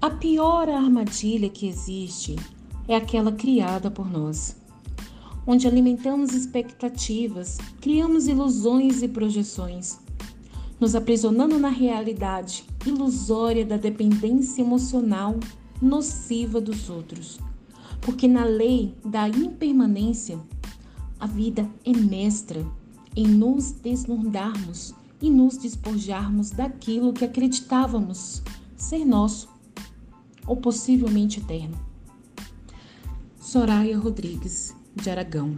A pior armadilha que existe é aquela criada por nós, onde alimentamos expectativas, criamos ilusões e projeções, nos aprisionando na realidade ilusória da dependência emocional nociva dos outros. Porque na lei da impermanência, a vida é mestra em nos desnudarmos e nos despojarmos daquilo que acreditávamos ser nosso ou possivelmente eterno. Soraya Rodrigues, de Aragão.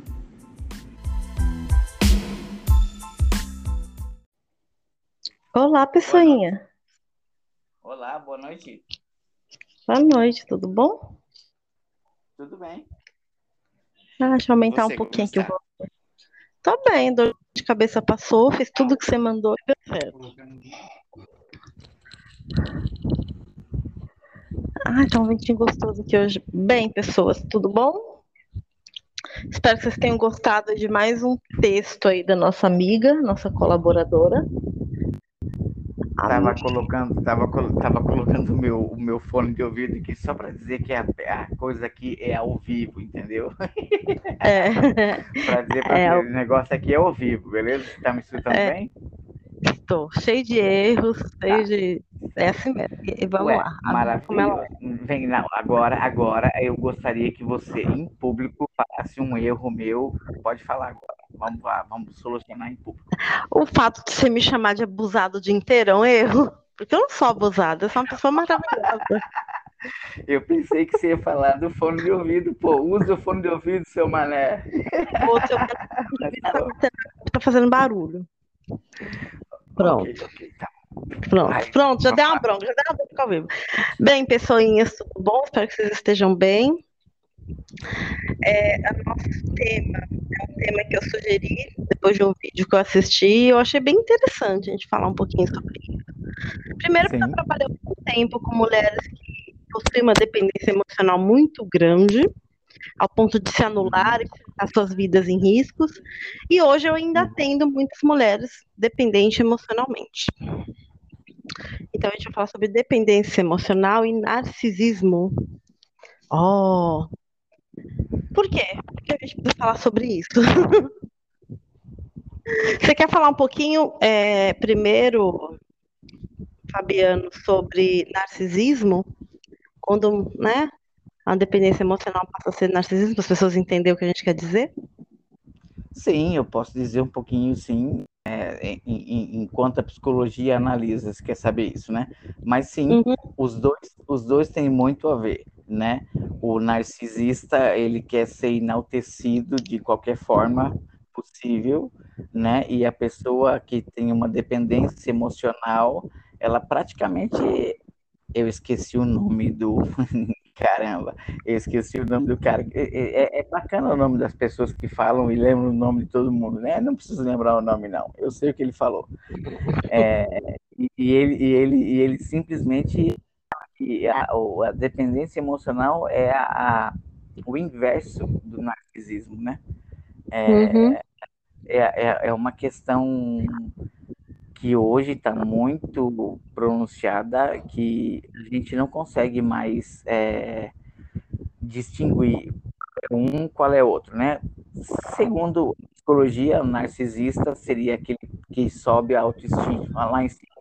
Olá, Boa noite. pessoinha. Olá, boa noite. Boa noite, tudo bom? Tudo bem? Deixa eu E aumentar um você, como pouquinho aqui o está? volume. Tô bem, dor de cabeça passou, fiz tudo que você mandou e deu certo. Tá um ventinho gostoso aqui hoje. Bem, pessoas, tudo bom? Espero que vocês tenham gostado de mais um texto aí da nossa amiga, nossa colaboradora. Tava colocando o meu fone de ouvido aqui só para dizer que a coisa aqui é ao vivo, entendeu? É, Para dizer para é, o negócio aqui é ao vivo, beleza? Você está me escutando é, bem? estou cheio de erros, cheio Tá, de. É certo. assim mesmo. E vamos Ué, lá, a vida como ela maravilhoso. Vem, não, agora eu gostaria que você, em público, falasse um erro meu. Pode falar agora. Vamos lá, vamos solucionar em público. O fato de você me chamar de abusado o dia inteiro é um erro. Porque eu não sou abusada, eu sou uma pessoa maravilhosa. Eu pensei que você ia falar do fone de ouvido. Pô, usa o fone de ouvido, seu mané. Ou seu Mas ouvido falou. tá fazendo barulho. Ok, Pronto, ok, tá. pronto, Vai, pronto, já vamos deu uma lá. bronca, já deu uma bronca ao vivo. Bem, pessoinhas, tudo bom? Espero que vocês estejam bem. O nosso tema é um tema que eu sugeri depois de um vídeo que eu assisti e eu achei bem interessante a gente falar um pouquinho sobre isso. Primeiro, porque eu Sim. trabalhei muito tempo com mulheres que possuem uma dependência emocional muito grande, ao ponto de se anular e Uhum, colocar suas vidas em riscos. E hoje eu ainda uhum. atendo muitas mulheres dependentes emocionalmente. Então a gente vai falar sobre dependência emocional e narcisismo. Oh, por quê? Por que a gente precisa falar sobre isso? Você quer falar um pouquinho, primeiro, Fabiano, sobre narcisismo? Quando, né, a dependência emocional passa a ser narcisismo, para as pessoas entenderem o que a gente quer dizer? Sim, eu posso dizer um pouquinho, sim, enquanto a psicologia analisa, você quer saber isso, né? Mas sim, Uhum, os dois têm muito a ver, né? O narcisista, ele quer ser enaltecido de qualquer forma possível, né? E a pessoa que tem uma dependência emocional, ela praticamente, eu esqueci o nome do, caramba, eu esqueci o nome do cara. É bacana o nome das pessoas que falam e lembram o nome de todo mundo, né? Não preciso lembrar o nome, não. Eu sei o que ele falou. E ele simplesmente. A dependência emocional é o inverso do narcisismo, né? uhum, É uma questão que hoje está muito pronunciada, que a gente não consegue mais distinguir qual é outro, né? Segundo a psicologia, o narcisista seria aquele que sobe a autoestima lá em cima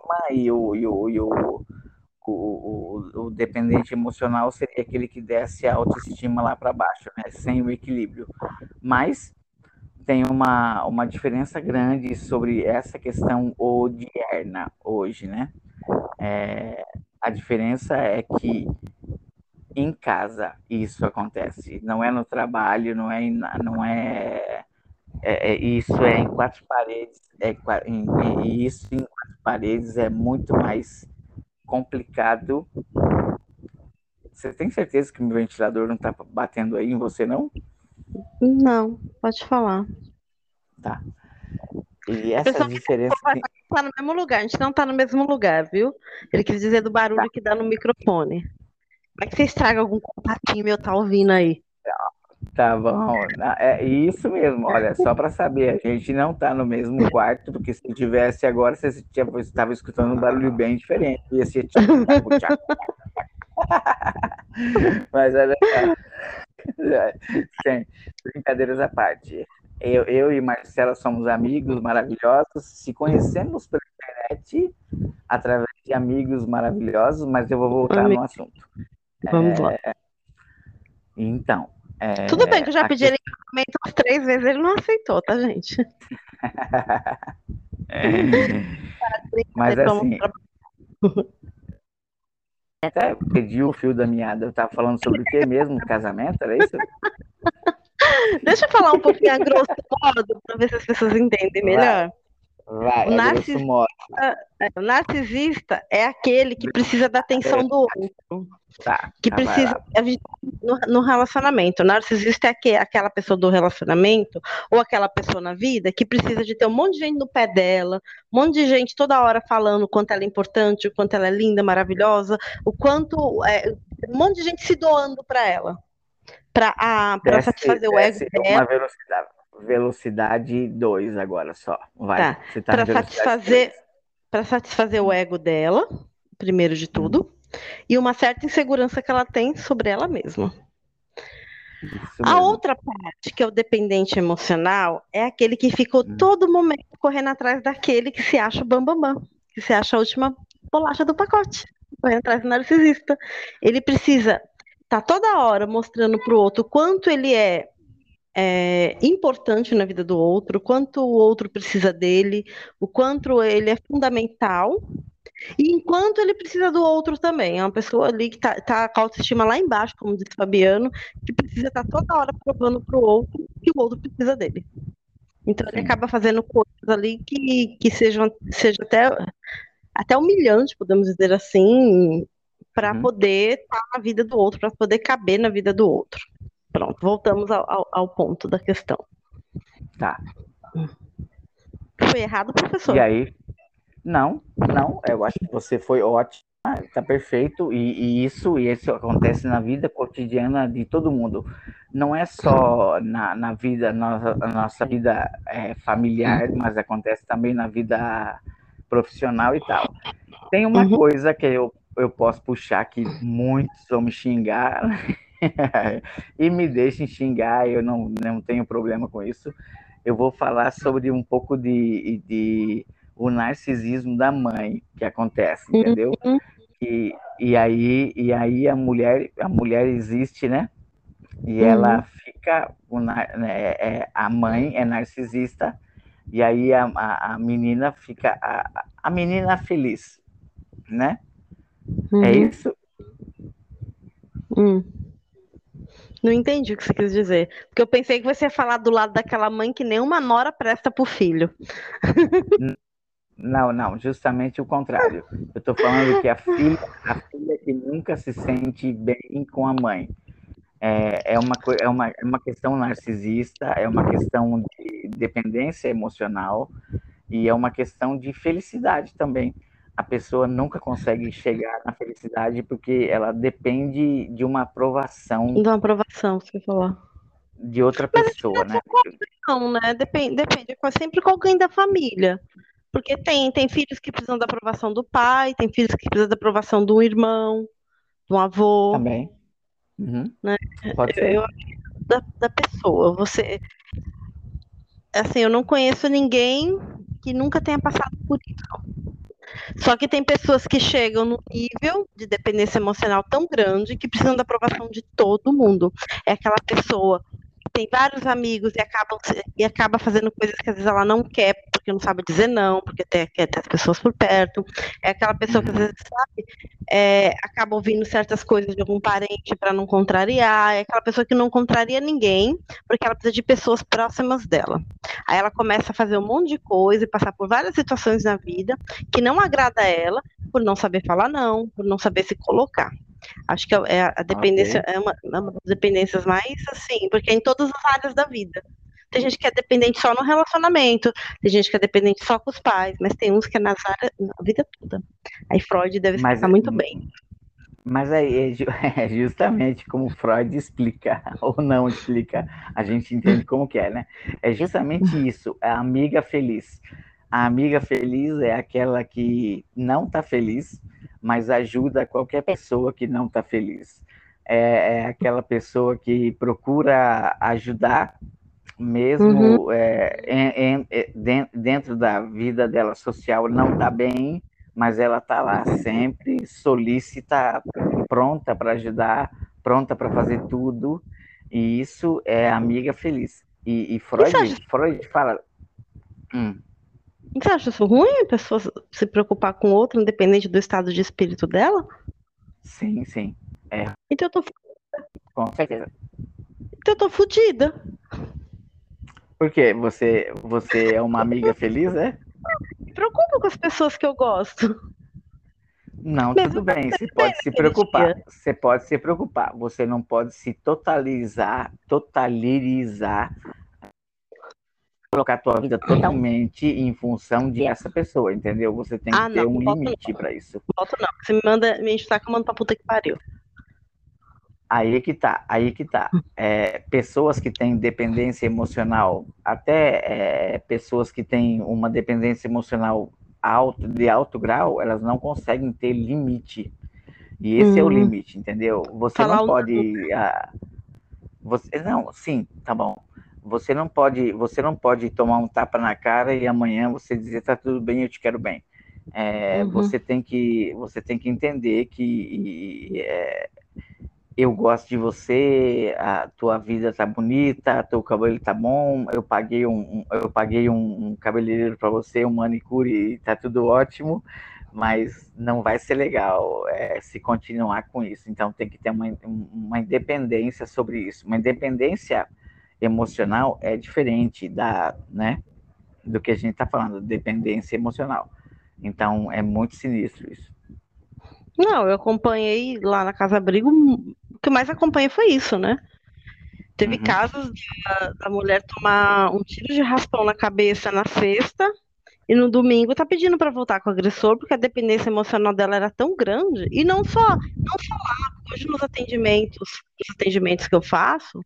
e o dependente emocional seria aquele que desce a autoestima lá para baixo, né? Sem o equilíbrio. Mas tem uma diferença grande sobre essa questão odierna hoje, né? A diferença é que em casa isso acontece, não é no trabalho, isso é em quatro paredes, e isso em quatro paredes é muito mais complicado. Você tem certeza que o meu ventilador não está batendo aí em você, não? não, pode falar. Tá. E A pessoa essas diferenças. vai estar no mesmo lugar, a gente não está no mesmo lugar, viu? Ele quis dizer do Tá, barulho que dá no microfone. Como é que você estraga algum contatinho meu tá ouvindo aí? tá bom. É isso mesmo, olha, só para saber, a gente não está no mesmo quarto, porque se tivesse agora, você estava escutando um barulho bem diferente. Ia ser tchac, tchac, tchac. Mas olha só, sem brincadeiras à parte. Eu e Marcela somos amigos maravilhosos, se conhecemos pela internet, através de amigos maravilhosos, mas eu vou voltar no assunto. Vamos lá. Então, Tudo bem que eu já pedi questão... ele em casamento umas 3 vezes, ele não aceitou, tá, gente? Mas assim, até perdi o fio da meada. Eu tava falando sobre o que mesmo? Casamento, era isso? Deixa eu falar um pouquinho a grosso modo, para ver se as pessoas entendem melhor. Vai, O narcisista é aquele que precisa da atenção do outro. Que precisa no relacionamento. O narcisista é aquela pessoa do relacionamento ou aquela pessoa na vida que precisa de ter um monte de gente no pé dela, um monte de gente toda hora falando o quanto ela é importante, o quanto ela é linda, maravilhosa, o quanto um monte de gente se doando para ela, para satisfazer o ego dela. Uma velocidade 2 agora só. Vai. Tá. Para satisfazer o ego dela, primeiro de tudo. E uma certa insegurança que ela tem sobre ela mesma. A outra parte, que é o dependente emocional, é aquele que ficou todo momento correndo atrás daquele que se acha o bambambam, que se acha a última bolacha do pacote, correndo atrás do narcisista. Ele precisa estar toda hora mostrando para o outro o quanto ele é importante na vida do outro, o quanto o outro precisa dele, o quanto ele é fundamental. E enquanto ele precisa do outro também, é uma pessoa ali que tá com a autoestima lá embaixo, como disse Fabiano, que precisa estar toda hora provando para o outro que o outro precisa dele. Então ele acaba fazendo coisas ali que seja até humilhante, podemos dizer assim, para poder estar na vida do outro, para poder caber na vida do outro. Pronto, voltamos ao ponto da questão. Tá. Foi errado, professor? E aí? Não, eu acho que você foi ótimo, tá perfeito, e isso acontece na vida cotidiana de todo mundo. Não é só na nossa vida familiar, mas acontece também na vida profissional e tal. Tem uma coisa que eu posso puxar que muitos vão me xingar, e me deixem xingar, eu não tenho problema com isso. Eu vou falar sobre um pouco de o narcisismo da mãe que acontece, entendeu? E aí a mulher existe, né? E ela fica, a mãe é narcisista, e aí a menina fica, a menina feliz, né? É isso? Não entendi o que você quis dizer. Porque eu pensei que você ia falar do lado daquela mãe que nenhuma nora presta pro filho. Não, justamente o contrário. Eu estou falando que a filha que nunca se sente bem com a mãe. É uma questão narcisista, é uma questão de dependência emocional e é uma questão de felicidade também. A pessoa nunca consegue chegar na felicidade porque ela depende de uma aprovação. De uma aprovação, você falar. De outra pessoa, né? Não, né? Depende, sempre com alguém da família. Porque tem filhos que precisam da aprovação do pai, tem filhos que precisam da aprovação do irmão, do avô. Também. Né? Pode ser. Da pessoa. Você. Assim, eu não conheço ninguém que nunca tenha passado por isso. Só que tem pessoas que chegam no nível de dependência emocional tão grande que precisam da aprovação de todo mundo. É aquela pessoa que tem vários amigos e acaba fazendo coisas que às vezes ela não quer, porque não sabe dizer não, porque quer ter as pessoas por perto. É aquela pessoa que às vezes acaba ouvindo certas coisas de algum parente para não contrariar. É aquela pessoa que não contraria ninguém, porque ela precisa de pessoas próximas dela. Aí ela começa a fazer um monte de coisa e passar por várias situações na vida que não agrada a ela, por não saber falar não, por não saber se colocar. Acho que a dependência é uma das dependências mais assim, porque é em todas as áreas da vida. Tem gente que é dependente só no relacionamento, tem gente que é dependente só com os pais, mas tem uns que é na vida toda. Aí Freud deve explicar muito bem. Mas aí é justamente como Freud explica, ou não explica, a gente entende como que é, né? É justamente isso, a amiga feliz. A amiga feliz é aquela que não está feliz, mas ajuda qualquer pessoa que não está feliz. É aquela pessoa que procura ajudar, mesmo dentro da vida dela social não está bem, mas ela está lá sempre solícita, pronta para ajudar, pronta para fazer tudo, e isso é amiga feliz. E Freud fala... Você acha isso ruim, a pessoa se preocupar com outro, independente do estado de espírito dela? Sim. Então eu tô, Com certeza. então eu tô fodida. Por quê? Você é uma amiga feliz, é? Me preocupo com as pessoas que eu gosto. Não, Mesmo tudo bem, você bem pode se naquele preocupar. dia. Você pode se preocupar. Você não pode se totalizar, colocar a tua vida totalmente em função de essa pessoa, entendeu? Você tem que ter um limite para isso. Não volto não. Você me enche o saco, eu mando pra puta que pariu. Aí que tá. Pessoas que têm dependência emocional, até pessoas que têm uma dependência emocional de alto grau, elas não conseguem ter limite. E esse é o limite, entendeu? Você Falar não pode... não, sim, tá bom. Você não pode tomar um tapa na cara e amanhã você dizer, tá tudo bem, eu te quero bem. Você tem que entender que eu gosto de você, a tua vida tá bonita, teu cabelo tá bom, eu paguei um cabeleireiro para você, um manicure, e tá tudo ótimo, mas não vai ser legal se continuar com isso. Então tem que ter uma independência sobre isso. Uma independência emocional é diferente do que a gente está falando, dependência emocional. Então é muito sinistro isso. Não, eu acompanhei lá na Casa Abrigo, o que mais acompanhei foi isso, né? Teve casos da mulher tomar um tiro de raspão na cabeça na sexta e no domingo tá pedindo para voltar com o agressor porque a dependência emocional dela era tão grande. E não só lá, hoje nos atendimentos que eu faço,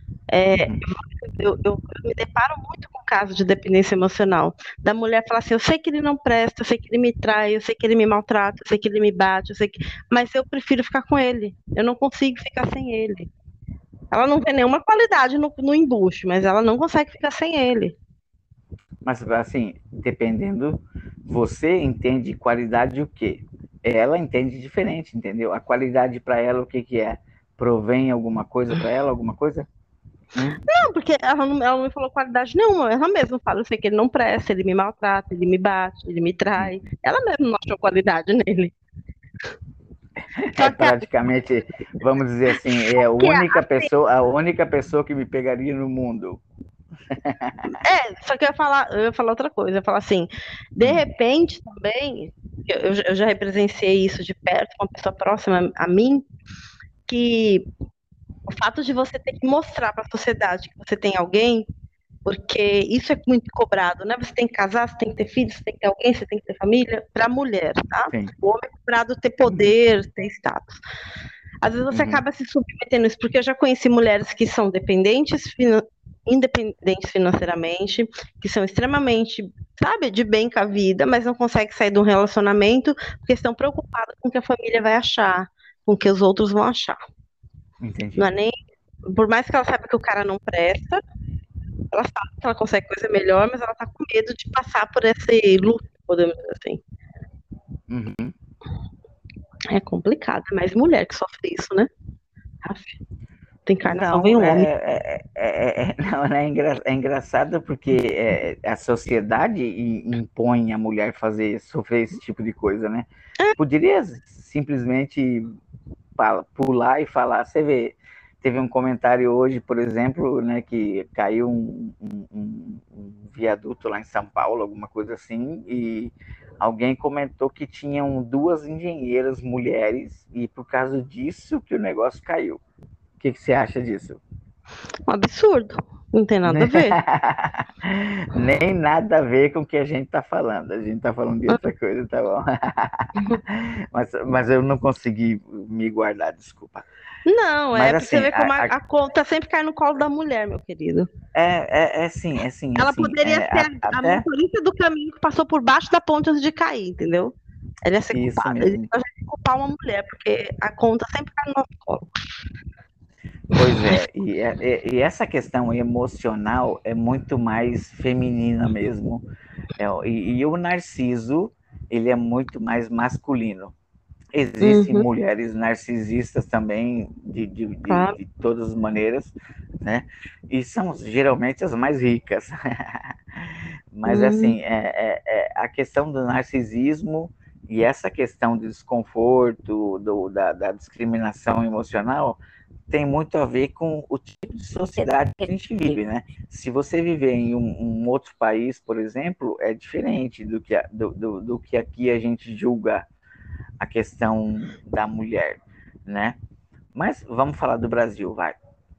eu me deparo muito com casos de dependência emocional. Da mulher falar assim, eu sei que ele não presta, eu sei que ele me trai, eu sei que ele me maltrata, eu sei que ele me bate, mas eu prefiro ficar com ele. Eu não consigo ficar sem ele. Ela não vê nenhuma qualidade no embuste, mas ela não consegue ficar sem ele. Mas, assim, dependendo, você entende qualidade o quê? Ela entende diferente, entendeu? A qualidade para ela, o que é? Provém alguma coisa para ela, alguma coisa? Não, porque ela não me falou qualidade nenhuma. Ela mesma fala, eu sei que ele não presta, ele me maltrata, ele me bate, ele me trai. Ela mesma não achou qualidade nele. Praticamente, vamos dizer assim, é a única pessoa que me pegaria no mundo. Só que eu ia falar outra coisa. Eu ia falar assim, de repente também, eu já presenciei isso de perto, com uma pessoa próxima a mim, que o fato de você ter que mostrar para a sociedade que você tem alguém, porque isso é muito cobrado, né? Você tem que casar, você tem que ter filhos, você tem que ter alguém, você tem que ter família, para a mulher, tá? Sim. O homem é cobrado ter poder, ter status. Às vezes você acaba se submetendo a isso, porque eu já conheci mulheres que são independentes financeiramente, que são extremamente, sabe, de bem com a vida, mas não conseguem sair de um relacionamento porque estão preocupadas com o que a família vai achar, com o que os outros vão achar. Entendi. Não é nem... Por mais que ela saiba que o cara não presta, ela sabe que ela consegue coisa melhor, mas ela tá com medo de passar por esse luto, podemos dizer assim. É complicado, é mais mulher que sofre isso, né? Tem encarnação, vem um homem. Não, é engraçado porque a sociedade impõe a mulher sofrer esse tipo de coisa, né? Poderia simplesmente pular e falar. Você vê, teve um comentário hoje, por exemplo, né, que caiu um viaduto lá em São Paulo, alguma coisa assim, e alguém comentou que tinham 2 engenheiras mulheres e por causa disso que o negócio caiu. O que você acha disso? Um absurdo. Não tem nada a ver. Nem nada a ver com o que a gente está falando. A gente está falando de outra coisa, tá bom? mas eu não consegui me guardar, desculpa. Não, mas, pra assim, você ver como a conta sempre cai no colo da mulher, meu querido. Sim. Ela poderia ser a motorista do caminho que passou por baixo da ponte antes de cair, entendeu? Ela ia ser culpada. Mesmo. culpar uma mulher, porque a conta sempre cai no nosso colo. Pois é, e essa questão emocional é muito mais feminina mesmo. E o narciso, ele é muito mais masculino. Existem Uhum, mulheres narcisistas também, claro. de todas as maneiras, né? E são geralmente as mais ricas. Mas, assim, Uhum. a questão do narcisismo e essa questão do desconforto, da discriminação emocional, tem muito a ver com o tipo de sociedade que a gente vive, né? Se você viver em um outro país, por exemplo, é diferente do que aqui a gente julga a questão da mulher, né? Mas vamos falar do Brasil, vai.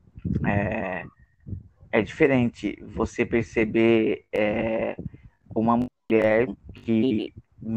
É diferente você perceber uma mulher que,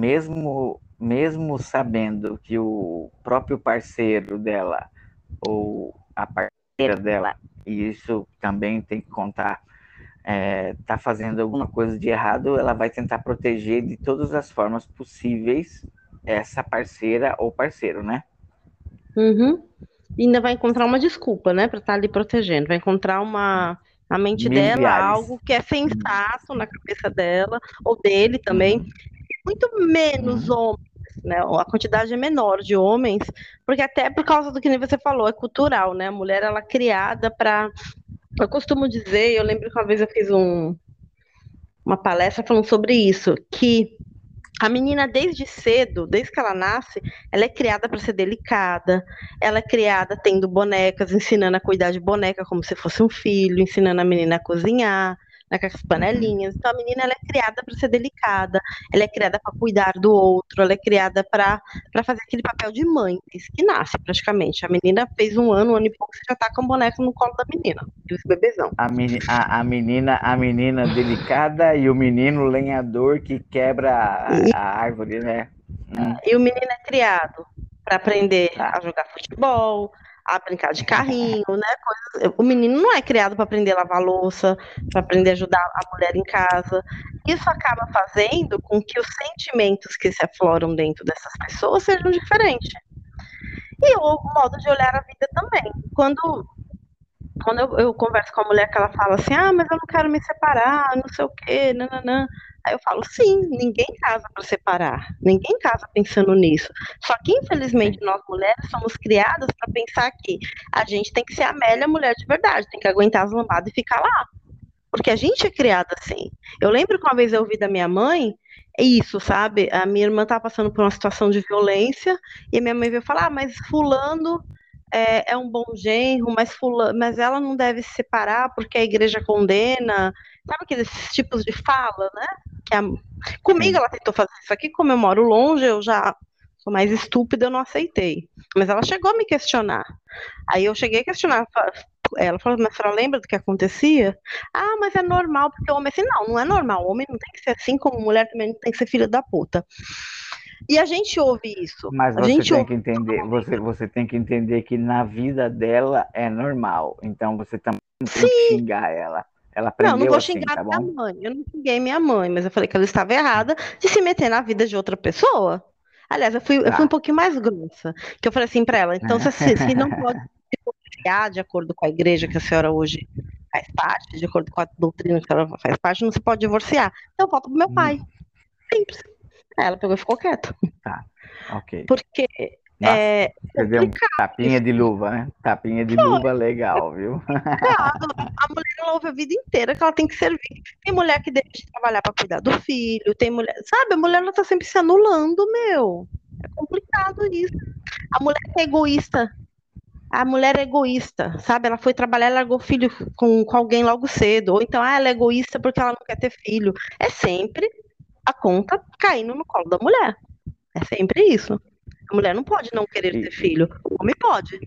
mesmo sabendo que o próprio parceiro dela ou a parceira dela, e isso também tem que contar, tá fazendo alguma coisa de errado, ela vai tentar proteger de todas as formas possíveis essa parceira ou parceiro, né? Uhum. E ainda vai encontrar uma desculpa, né, para estar ali protegendo. Vai encontrar uma na mente dela Milhares. algo que é sensato na cabeça dela ou dele também. Uhum, Muito menos uhum. homens, né? A quantidade é menor de homens, porque até por causa do que nem você falou, é cultural, né? A mulher ela é criada para, eu costumo dizer, eu lembro que uma vez eu fiz uma palestra falando sobre isso, que a menina, desde cedo, desde que ela nasce, ela é criada para ser delicada, ela é criada tendo bonecas, ensinando a cuidar de boneca como se fosse um filho, ensinando a menina a cozinhar, né, com as Uhum. panelinhas. Então, a menina ela é criada para ser delicada, ela é criada para cuidar do outro, ela é criada para fazer aquele papel de mãe, desde que nasce praticamente. A menina fez um ano e pouco, você já está com a boneca no colo da menina, esse bebezão. A menina delicada e o menino lenhador que quebra a árvore, né? E o menino é criado para aprender Tá. a jogar futebol, a brincar de carrinho, né? O menino não é criado para aprender a lavar louça, para aprender a ajudar a mulher em casa. Isso acaba fazendo com que os sentimentos que se afloram dentro dessas pessoas sejam diferentes. E o modo de olhar a vida também. Quando eu converso com a mulher que ela fala assim, ah, mas eu não quero me separar, não sei o quê, nananã. Aí eu falo, sim, ninguém casa para separar, ninguém casa pensando nisso. Só que, infelizmente, Sim. nós mulheres somos criadas para pensar que a gente tem que ser a Amélia mulher de verdade, tem que aguentar as lambadas e ficar lá. Porque a gente é criada assim. Eu lembro que uma vez eu ouvi da minha mãe, é isso, sabe? A minha irmã estava passando por uma situação de violência, e a minha mãe veio falar, ah, mas fulano é um bom genro, mas ela não deve se separar porque a igreja condena. Sabe aqueles tipos de fala, né? Que comigo Sim. ela tentou fazer isso aqui, como eu moro longe, eu já sou mais estúpida, eu não aceitei. Mas ela chegou a me questionar. Aí eu cheguei a questionar. Ela falou, mas a senhora lembra do que acontecia? Ah, mas é normal, porque o homem é assim. Não, não é normal. O homem não tem que ser assim, como mulher também não tem que ser filha da puta. E a gente ouve isso. Mas A você gente tem ouve que entender, você tem que entender que na vida dela é normal. Então você também não tem que sim. xingar ela. Ela Não, não aprendeu vou assim, xingar tá minha bom? mãe. Eu não xinguei minha mãe, mas eu falei que ela estava errada de se meter na vida de outra pessoa. Aliás, eu fui um Tá. pouquinho mais grossa, que eu falei assim para ela, então se não pode se divorciar de acordo com a igreja que a senhora hoje faz parte, de acordo com a doutrina que a senhora faz parte, não se pode divorciar. Então volta pro meu pai. Simples. Aí ela pegou e ficou quieta. Tá. Ok. Porque Nossa, é você deu um complicado tapinha isso. de luva, né? Tapinha de luva legal, viu? A mulher ela ouve a vida inteira que ela tem que servir. Tem mulher que deixa de trabalhar para cuidar do filho, tem mulher, sabe? A mulher ela tá sempre se anulando, meu. É complicado isso. A mulher é egoísta. A mulher é egoísta, sabe? Ela foi trabalhar e largou o filho com alguém logo cedo. Ou então, ela é egoísta porque ela não quer ter filho. É sempre a conta caindo no colo da mulher. É sempre isso. A mulher não pode não querer ter E, filho. O homem pode.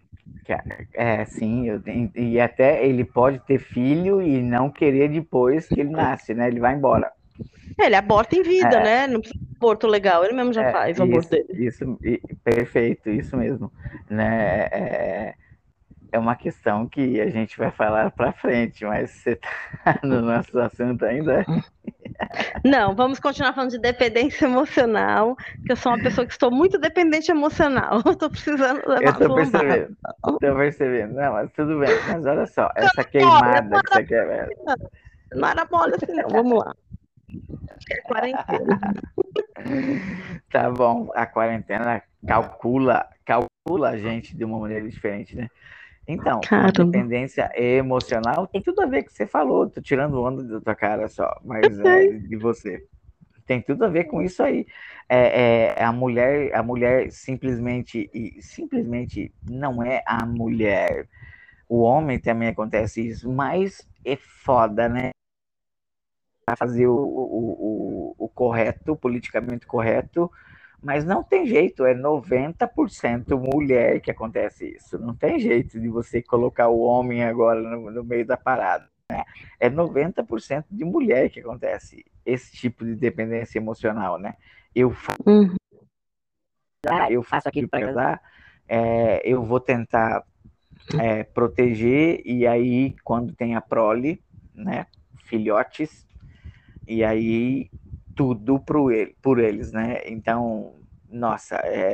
sim, e até ele pode ter filho e não querer depois que ele nasce, né? Ele vai embora. Ele aborta em vida, É, né? Não precisa de aborto legal. Ele mesmo já faz o aborto dele. perfeito, isso mesmo, né? É uma questão que a gente vai falar para frente, mas você tá no nosso assunto ainda. Não, vamos continuar falando de dependência emocional, que eu sou uma pessoa que estou muito dependente emocional. Eu estou precisando Eu levar as tô lambadas. percebendo. Tô percebendo. Não, mas tudo bem. Mas olha só, essa Olha, queimada que você quer. não era mole assim, não. Vamos lá. É quarentena. Tá bom, a quarentena calcula a gente de uma maneira diferente, né? Então, com a Caramba. dependência emocional, tem tudo a ver com o que você falou. Tô tirando onda da tua cara só, mas de você. Tem tudo a ver com isso aí. A mulher simplesmente não é a mulher. O homem também acontece isso, mas é foda, né? Fazer o correto, o politicamente correto, mas não tem jeito, é 90% mulher que acontece isso. Não tem jeito de você colocar o homem agora no meio da parada. É 90% de mulher que acontece esse tipo de dependência emocional, né? Eu, Uhum. eu faço aquilo para casar, eu vou tentar proteger, e aí quando tem a prole, né, filhotes, e aí tudo por eles, né? Então, nossa,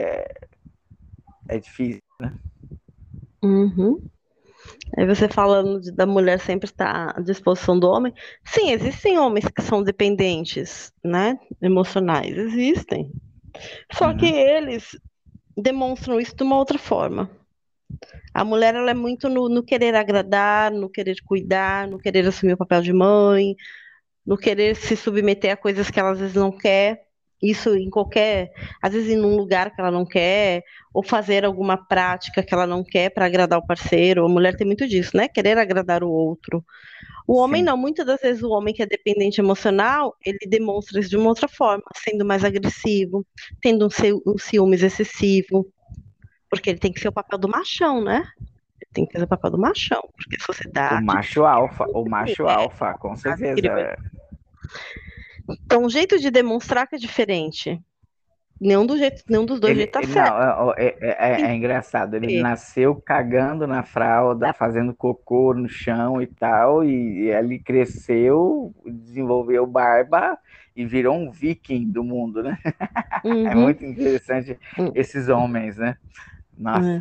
é difícil. Uhum. Aí você falando da mulher sempre estar à disposição do homem. Sim, existem homens que são dependentes, né? Emocionais. Existem. Só que Uhum. eles demonstram isso de uma outra forma. A mulher, ela é muito no querer agradar, no querer cuidar, no querer assumir o papel de mãe, no querer se submeter a coisas que ela às vezes não quer. Isso em qualquer, às vezes em um lugar que ela não quer, ou fazer alguma prática que ela não quer para agradar o parceiro. A mulher tem muito disso, né? Querer agradar o outro. O homem Sim. não, muitas das vezes o homem que é dependente emocional, ele demonstra isso de uma outra forma, sendo mais agressivo, tendo um ciúmes excessivo, porque ele tem que ser o papel do machão, né? Ele tem que fazer o papel do machão, porque a sociedade O macho alfa, com certeza. criou. Então, o jeito de demonstrar que é diferente. Nenhum dos dois jeitos tá certo. Não, é engraçado. Ele nasceu cagando na fralda, fazendo cocô no chão e tal, e ele cresceu, desenvolveu barba e virou um viking do mundo, né? É Uhum. muito interessante esses homens, né? Nossa.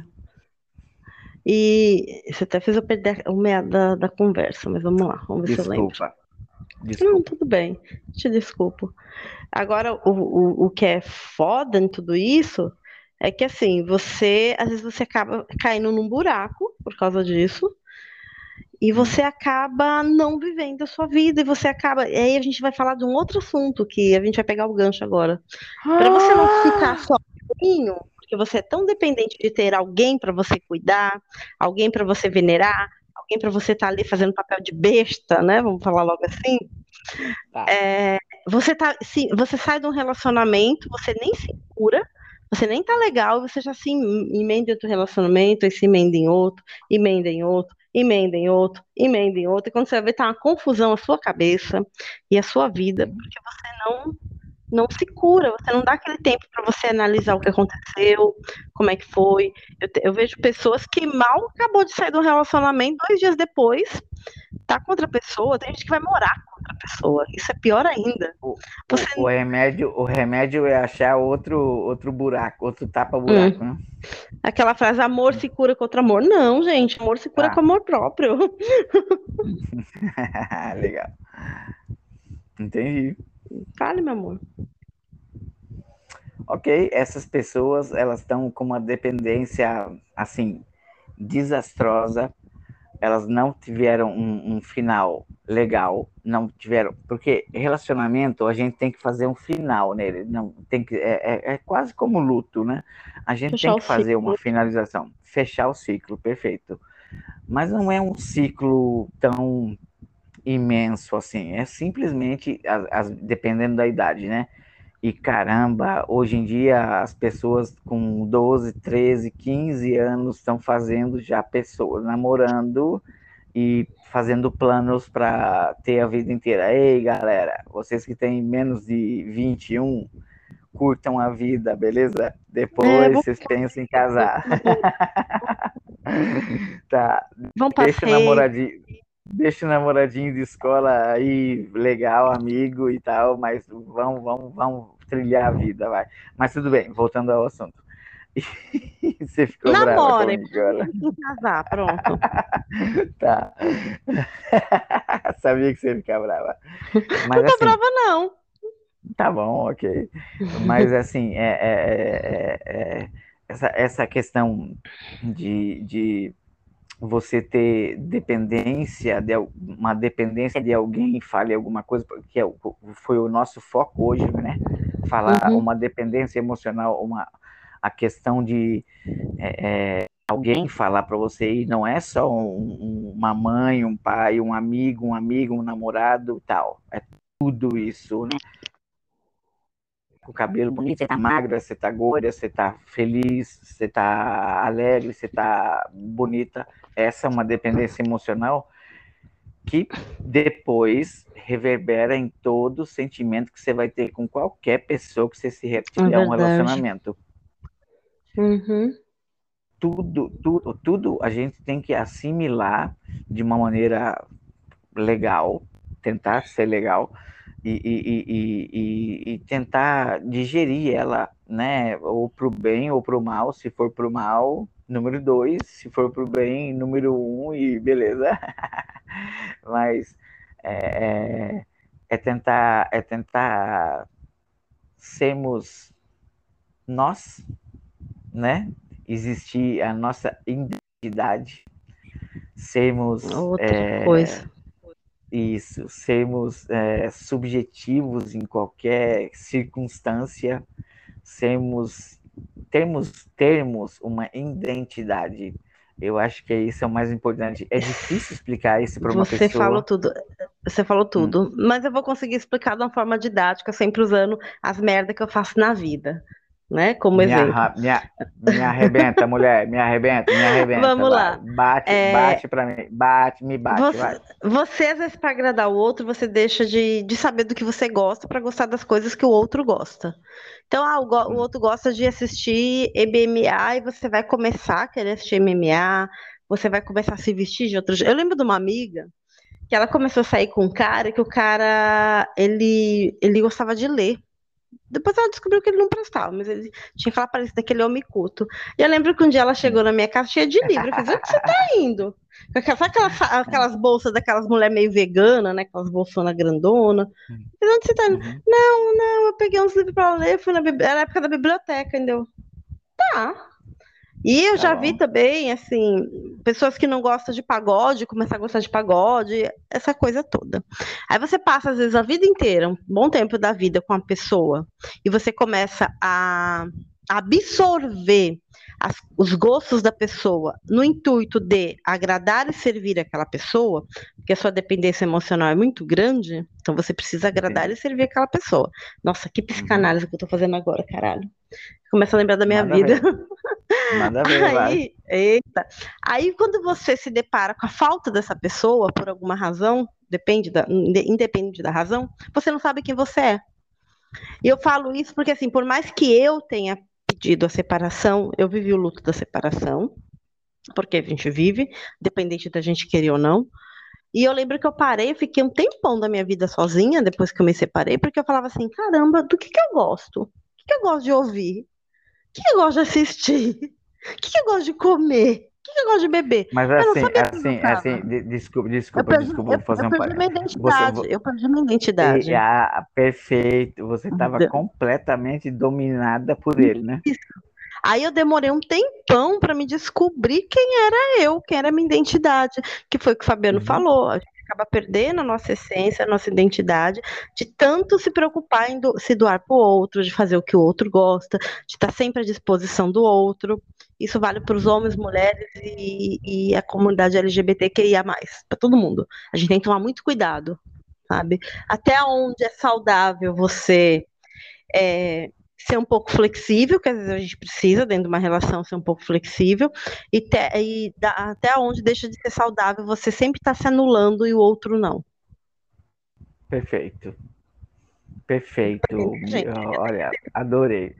E você até fez eu perder o meado da conversa, mas vamos lá, vamos ver se eu lembro. Não, tudo bem, te desculpo. Agora, o que é foda em tudo isso é que, assim, às vezes você acaba caindo num buraco por causa disso, e você acaba não vivendo a sua vida, e aí a gente vai falar de um outro assunto, que a gente vai pegar o gancho agora. Para você não ficar sozinho, porque você é tão dependente de ter alguém para você cuidar, alguém para você venerar, alguém para você estar ali fazendo papel de besta, né? Vamos falar logo assim. Tá. Você sai de um relacionamento, você nem se cura, você nem tá legal, você já se emenda em outro relacionamento, e se emenda em outro, emenda em outro, emenda em outro, emenda em outro, e quando você vai ver, tá uma confusão a sua cabeça e a sua vida, porque você não se cura, você não dá aquele tempo para você analisar o que aconteceu, como é que foi. Eu vejo pessoas que mal acabou de sair de um relacionamento, 2 dias depois, tá com outra pessoa, tem gente que vai morar com outra pessoa, isso é pior ainda. O remédio é achar outro buraco, outro tapa-buraco, né? Aquela frase, amor se cura com outro amor. Não, gente, amor se cura com amor próprio. Legal. Entendi. Fale, meu amor. Ok, essas pessoas, elas estão com uma dependência, assim, desastrosa. Elas não tiveram um final legal, não tiveram, porque relacionamento a gente tem que fazer um final nele, não tem que é quase como luto, né? A gente Fechar tem o que fazer ciclo. uma finalização, fechar o ciclo, perfeito. Mas não é um ciclo tão imenso assim, é simplesmente dependendo da idade, né? E caramba, hoje em dia as pessoas com 12, 13, 15 anos estão fazendo já pessoas namorando e fazendo planos para ter a vida inteira. Ei, galera, vocês que têm menos de 21, curtam a vida, beleza? Depois vocês pensam em casar. Tá, Vamos deixa o passeio. namoradinho. deixa o namoradinho de escola aí, legal, amigo e tal, mas vamos trilhar a vida, vai. Mas tudo bem, voltando ao assunto. Você ficou brava Namorem, comigo agora. em casar, pronto. Tá. Sabia que você ia ficar brava. Mas Não tô assim, brava, não. tá bom, ok. Mas assim, essa questão de você ter uma dependência de alguém fale alguma coisa, que foi o nosso foco hoje, né? Falar Uhum. uma dependência emocional, a questão de alguém falar para você, e não é só uma mãe, um pai, um amigo, um namorado, tal. É tudo isso, né? Com o cabelo bonito, você tá magra, você tá gorda, você tá feliz, você tá alegre, você tá bonita. Essa é uma dependência emocional que depois reverbera em todo o sentimento que você vai ter com qualquer pessoa que você É tiver um verdade. relacionamento. Uhum. Tudo a gente tem que assimilar de uma maneira legal, tentar ser legal e tentar digerir ela, né? Ou pro bem ou pro mal. Se for pro mal, número 2, se for pro bem, número 1, e beleza. Mas é, é tentar sermos nós, né? Existir a nossa identidade, sermos Outra coisa. isso, sermos subjetivos em qualquer circunstância, termos uma identidade. Eu acho que isso é o mais importante. É difícil explicar isso para uma Você falou pessoa. tudo. Você falou tudo. Mas eu vou conseguir explicar de uma forma didática, sempre usando as merdas que eu faço na vida, né? Como Me, exemplo. me arrebenta, mulher, me arrebenta, Vamos vai. lá. Bate, É, bate para mim, bate, me bate, vai. você, às vezes, para agradar o outro, você deixa de saber do que você gosta para gostar das coisas que o outro gosta. Então, o outro gosta de assistir MMA e você vai começar a querer assistir MMA, você vai começar a se vestir de outro jeito. Eu lembro de uma amiga que ela começou a sair com um cara que o cara, ele gostava de ler. Depois ela descobriu que ele não prestava, mas ele tinha aquela aparência daquele homem culto. E eu lembro que um dia ela chegou na minha casa cheia de livro. Eu falei, onde você tá indo? Sabe aquelas bolsas daquelas mulheres meio vegana, né? Aquelas bolsonas grandona. Eu falei, onde você tá indo? Uhum, Não, eu peguei uns livros pra ler, fui era a época da biblioteca, entendeu? Tá. E eu tá já vi bom. também, assim, pessoas que não gostam de pagode, começar a gostar de pagode, essa coisa toda. Aí você passa, às vezes, a vida inteira, um bom tempo da vida com a pessoa, e você começa a absorver os gostos da pessoa no intuito de agradar e servir aquela pessoa, porque a sua dependência emocional é muito grande, então você precisa agradar e Entendi. servir aquela pessoa. Nossa, que Uhum. psicanálise que eu tô fazendo agora, caralho. Começa a lembrar da minha Manda vida. ver. Manda ver, vai. Eita. Aí, quando você se depara com a falta dessa pessoa, por alguma razão, independente da razão, você não sabe quem você é. E eu falo isso porque, assim, por mais que eu tenha pedido a separação, eu vivi o luto da separação, porque a gente vive, independente da gente querer ou não. E eu lembro que eu parei, eu fiquei um tempão da minha vida sozinha, depois que eu me separei, porque eu falava assim, caramba, do que eu gosto? O que eu gosto de ouvir? O que eu gosto de assistir? O que eu gosto de comer? O que eu gosto de beber? Mas Eu não sabia o que eu gostava. desculpa, vou fazer Eu um perdi minha você, identidade. Eu perdi minha identidade. perfeito, você estava completamente dominada por ele, né? Aí eu demorei um tempão para me descobrir quem era eu, quem era a minha identidade, que foi o que o Fabiano Uhum. falou. A gente acaba perdendo a nossa essência, a nossa identidade, de tanto se preocupar em se doar para o outro, de fazer o que o outro gosta, de estar sempre à disposição do outro. Isso vale para os homens, mulheres e a comunidade LGBTQIA+, para todo mundo. A gente tem que tomar muito cuidado, sabe? Até onde é saudável você ser um pouco flexível, que às vezes a gente precisa, dentro de uma relação, ser um pouco flexível, até onde deixa de ser saudável você sempre estar se anulando e o outro não. Perfeito. Perfeito. Gente, Olha, adorei.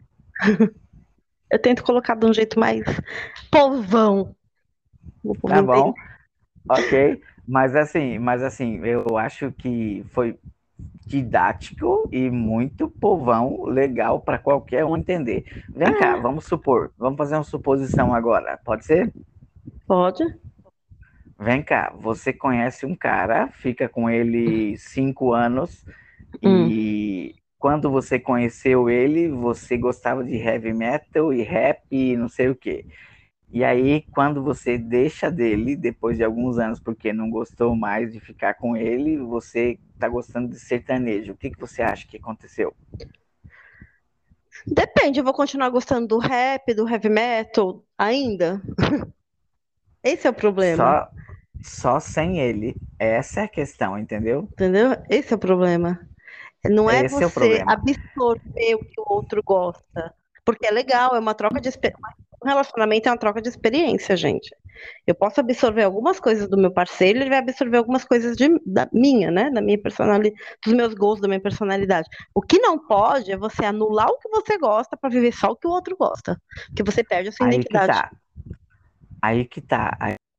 eu tento colocar de um jeito mais povão. O Tá povo entende. bom, ok. Mas assim, eu acho que foi didático e muito povão legal para qualquer um entender. Vem cá, Ah, vamos supor, vamos fazer uma suposição agora, pode ser? pode. Vem cá, você conhece um cara, fica com ele 5 anos Hum. e quando você conheceu ele, você gostava de heavy metal e rap e não sei o quê. E aí, quando você deixa dele, depois de alguns anos, porque não gostou mais de ficar com ele, você está gostando de sertanejo. O que que você acha que aconteceu? Depende, eu vou continuar gostando do rap, do heavy metal ainda. Esse é o problema, Só, só sem ele. Essa é a questão, entendeu? entendeu? Esse é o problema. Não é Esse é o você problema. absorver o que o outro gosta. Porque é legal, é uma troca de experiência. Um relacionamento é uma troca de experiência, gente. Eu posso absorver algumas coisas do meu parceiro, ele vai absorver algumas coisas da minha, né? Da minha personalidade, dos meus gostos, da minha personalidade. O que não pode é você anular o que você gosta para viver só o que o outro gosta. Porque você perde a sua Aí que identidade. tá. Aí que tá.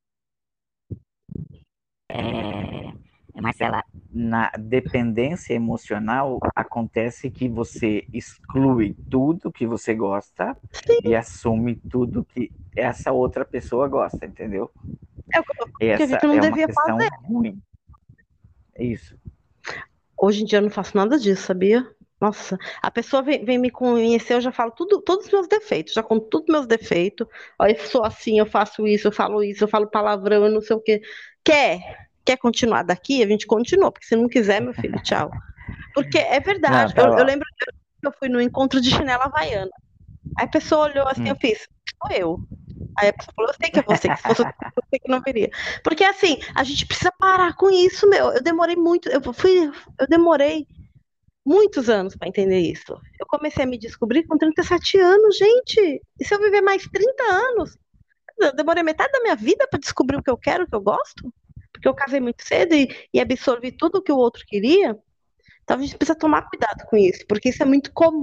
Marcela, na dependência emocional, acontece que você exclui tudo que você gosta e assume tudo que essa outra pessoa gosta, entendeu? É o que eu tô falando que a Essa gente não é uma devia fazer. questão ruim. É isso. Hoje em dia eu não faço nada disso, sabia? Nossa, a pessoa vem me conhecer, eu já falo tudo, todos os meus defeitos, já conto todos os meus defeitos. Ó, eu sou assim, eu faço isso, eu falo palavrão, eu não sei o quê. Quer continuar daqui? A gente continua, porque se não quiser, meu filho, tchau. Porque é Não, verdade, tá eu bom. lembro que eu fui no encontro de chinela havaiana. Aí a pessoa olhou assim, eu Hum, fiz, sou eu. Aí a pessoa falou, eu sei que é você, que se fosse outra pessoa, eu sei que não viria. Porque assim, a gente precisa parar com isso, meu. Eu demorei muitos anos para entender isso. Eu comecei a me descobrir com 37 anos, gente. E se eu viver mais 30 anos? Eu demorei metade da minha vida para descobrir o que eu quero, o que eu gosto. Porque eu casei muito cedo e absorvi tudo o que o outro queria. Então a gente precisa tomar cuidado com isso, porque isso é muito comum,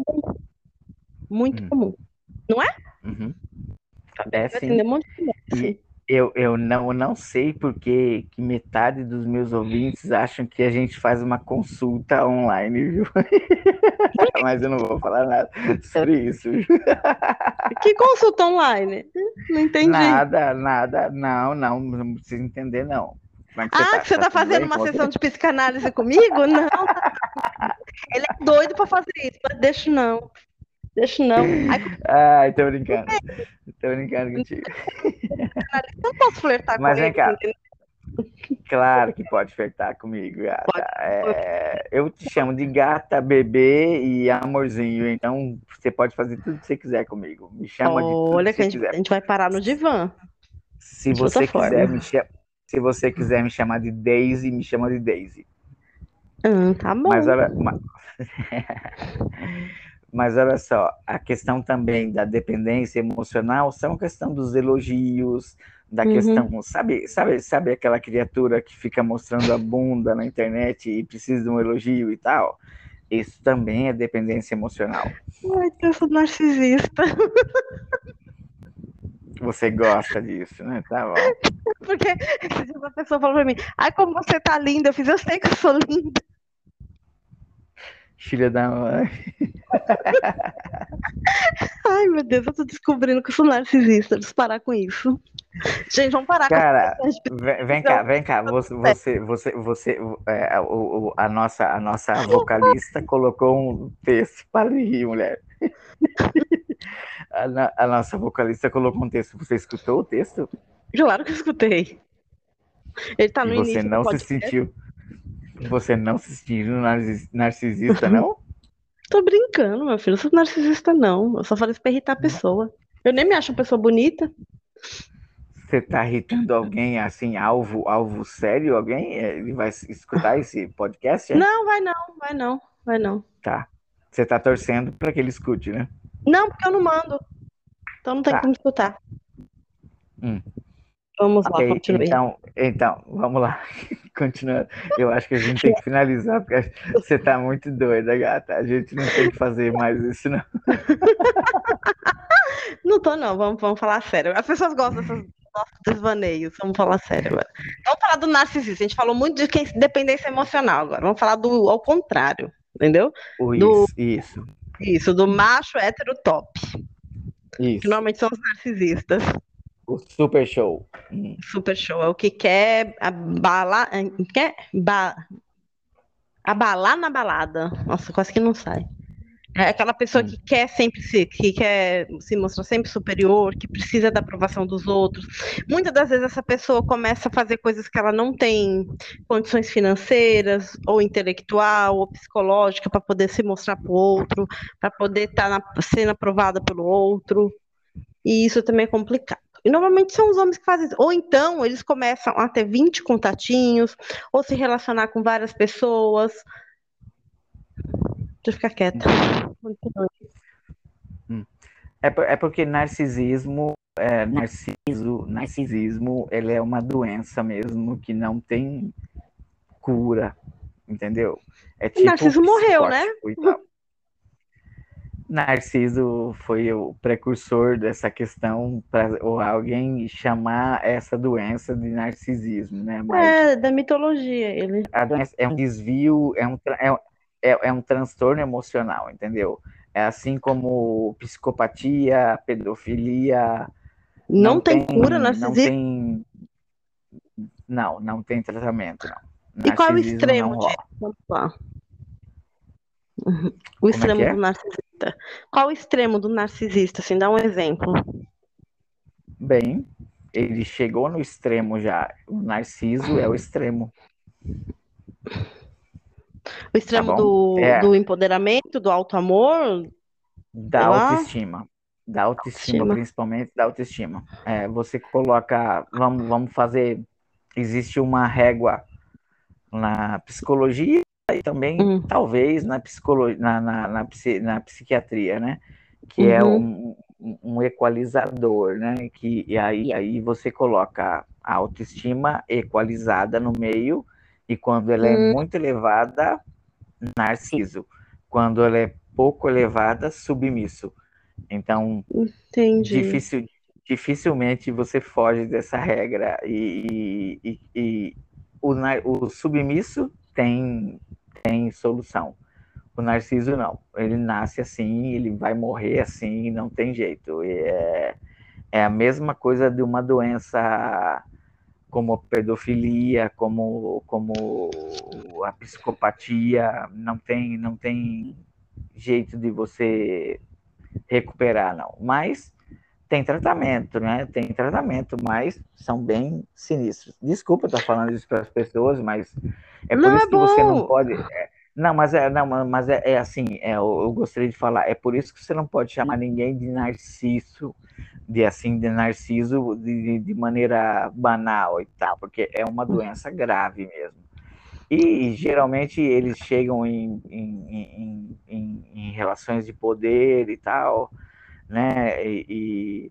muito hum, comum. Não é? uhum. Saber É que vai atender sim. um monte de mulher, E assim. eu não sei porque que metade dos meus ouvintes acham que a gente faz uma consulta online, viu? Mas eu não vou falar nada sobre isso. Que consulta online? Não entendi. Nada, nada, não precisa entender, não. Como é que você Ah, tá? que você Tá está tudo fazendo bem uma com sessão você? de psicanálise comigo? Não, ele é doido para fazer isso, mas deixa não, deixa não. Aí com Ai, tô brincando. Tô brincando contigo. psicanalista, eu não posso flertar com Mas vem ele, cá, entendeu? claro que pode flertar comigo, gata. Pode. Eu te chamo de gata, bebê e amorzinho, então você pode fazer tudo que você quiser comigo. Me chama de tudo que Olha que você a quiser. gente vai parar no divã, Se de outra você quiser forma. me cha- Se você quiser me chamar de Daisy, me chama de Daisy. Tá Mas bom. olha, mas olha só, a questão também da dependência emocional são a questão dos elogios, da Uhum. questão, sabe aquela criatura que fica mostrando a bunda na internet e precisa de um elogio e tal? Isso também é dependência emocional. Ai, eu sou narcisista. Você gosta disso, né? Tá bom. Porque uma pessoa falou pra mim, ai, como você tá linda. Eu fiz, eu sei que eu sou linda. Filha da mãe. Ai, meu Deus, eu tô descobrindo que eu sou narcisista. Preciso parar com isso. Gente, vamos parar com Cara, essa vem cá. A nossa vocalista colocou um texto para rir, mulher. A nossa vocalista colocou um texto. Você escutou o texto? Claro que eu escutei. Ele tá E no início do podcast. você não se sentiu narcisista, não? Tô brincando, meu filho. Eu sou narcisista, não. Eu só falei isso pra irritar a pessoa. Eu nem me acho uma pessoa bonita. Você tá irritando alguém assim, alvo sério? Alguém? Ele vai escutar esse podcast, é? Não, vai não, vai não, vai não. Tá. Você tá torcendo para que ele escute, né? Não, porque eu não mando. Então não tem Tá. como escutar. Hum. Vamos lá, Ok, continue. então, vamos lá. Continuando. Eu acho que a gente tem que finalizar, porque você tá muito doida, gata. A gente não tem que fazer mais isso, não. Não tô, não. Vamos falar sério. As pessoas gostam dessas. nossos desvaneios. Vamos falar sério agora. Vamos falar do narcisista. A gente falou muito de dependência emocional agora. Vamos falar do ao contrário, entendeu? Do Isso. do macho hétero top, que Isso. normalmente são os narcisistas. O super show. Super show é o que quer abalar, abalar na balada. Nossa, quase que não sai. É aquela pessoa que quer se mostrar sempre superior, que precisa da aprovação dos outros. Muitas das vezes essa pessoa começa a fazer coisas que ela não tem condições financeiras, ou intelectual, ou psicológica, para poder se mostrar para o outro, para poder estar sendo aprovada pelo outro. E isso também é complicado. E normalmente são os homens que fazem isso. Ou então eles começam a ter 20 contatinhos, ou se relacionar com várias pessoas. Deixa eu ficar quieta. É porque narcisismo, ele é uma doença mesmo que não tem cura, entendeu? É tipo Narciso morreu, né? Narciso foi o precursor dessa questão para alguém chamar essa doença de narcisismo, né? Mas da mitologia ele. A doença é um desvio, é um transtorno emocional, entendeu? É assim como psicopatia, pedofilia. Não tem cura, narcisismo? Não tem tratamento, não. E qual é o extremo disso? Vamos lá. O extremo do narcisista. Qual o extremo do narcisista? Assim, dá um exemplo. Bem, ele chegou no extremo já. O narciso é o extremo. O extremo do empoderamento, do auto-amor? Da autoestima. Da autoestima, principalmente da autoestima. Você coloca. Vamos fazer. Existe uma régua na psicologia e também, talvez, na psicologia, na psiquiatria, né? Que é um equalizador, né? E aí você coloca a autoestima equalizada no meio, e quando ela é muito elevada, narciso. Quando ela é pouco elevada, submisso. Então, dificilmente você foge dessa regra. E o submisso tem solução. O narciso não. Ele nasce assim, ele vai morrer assim, não tem jeito. É a mesma coisa de uma doença como a pedofilia, como a psicopatia. Não tem jeito de você recuperar, não. Mas tem tratamento, né? Tem tratamento, mas são bem sinistros. Desculpa estar falando isso para as pessoas, mas é por isso que você não pode. Mas é assim, eu gostaria de falar, é por isso que você não pode chamar ninguém de narciso, de narciso de maneira banal e tal, porque é uma doença grave mesmo. E geralmente eles chegam em relações de poder e tal, né? E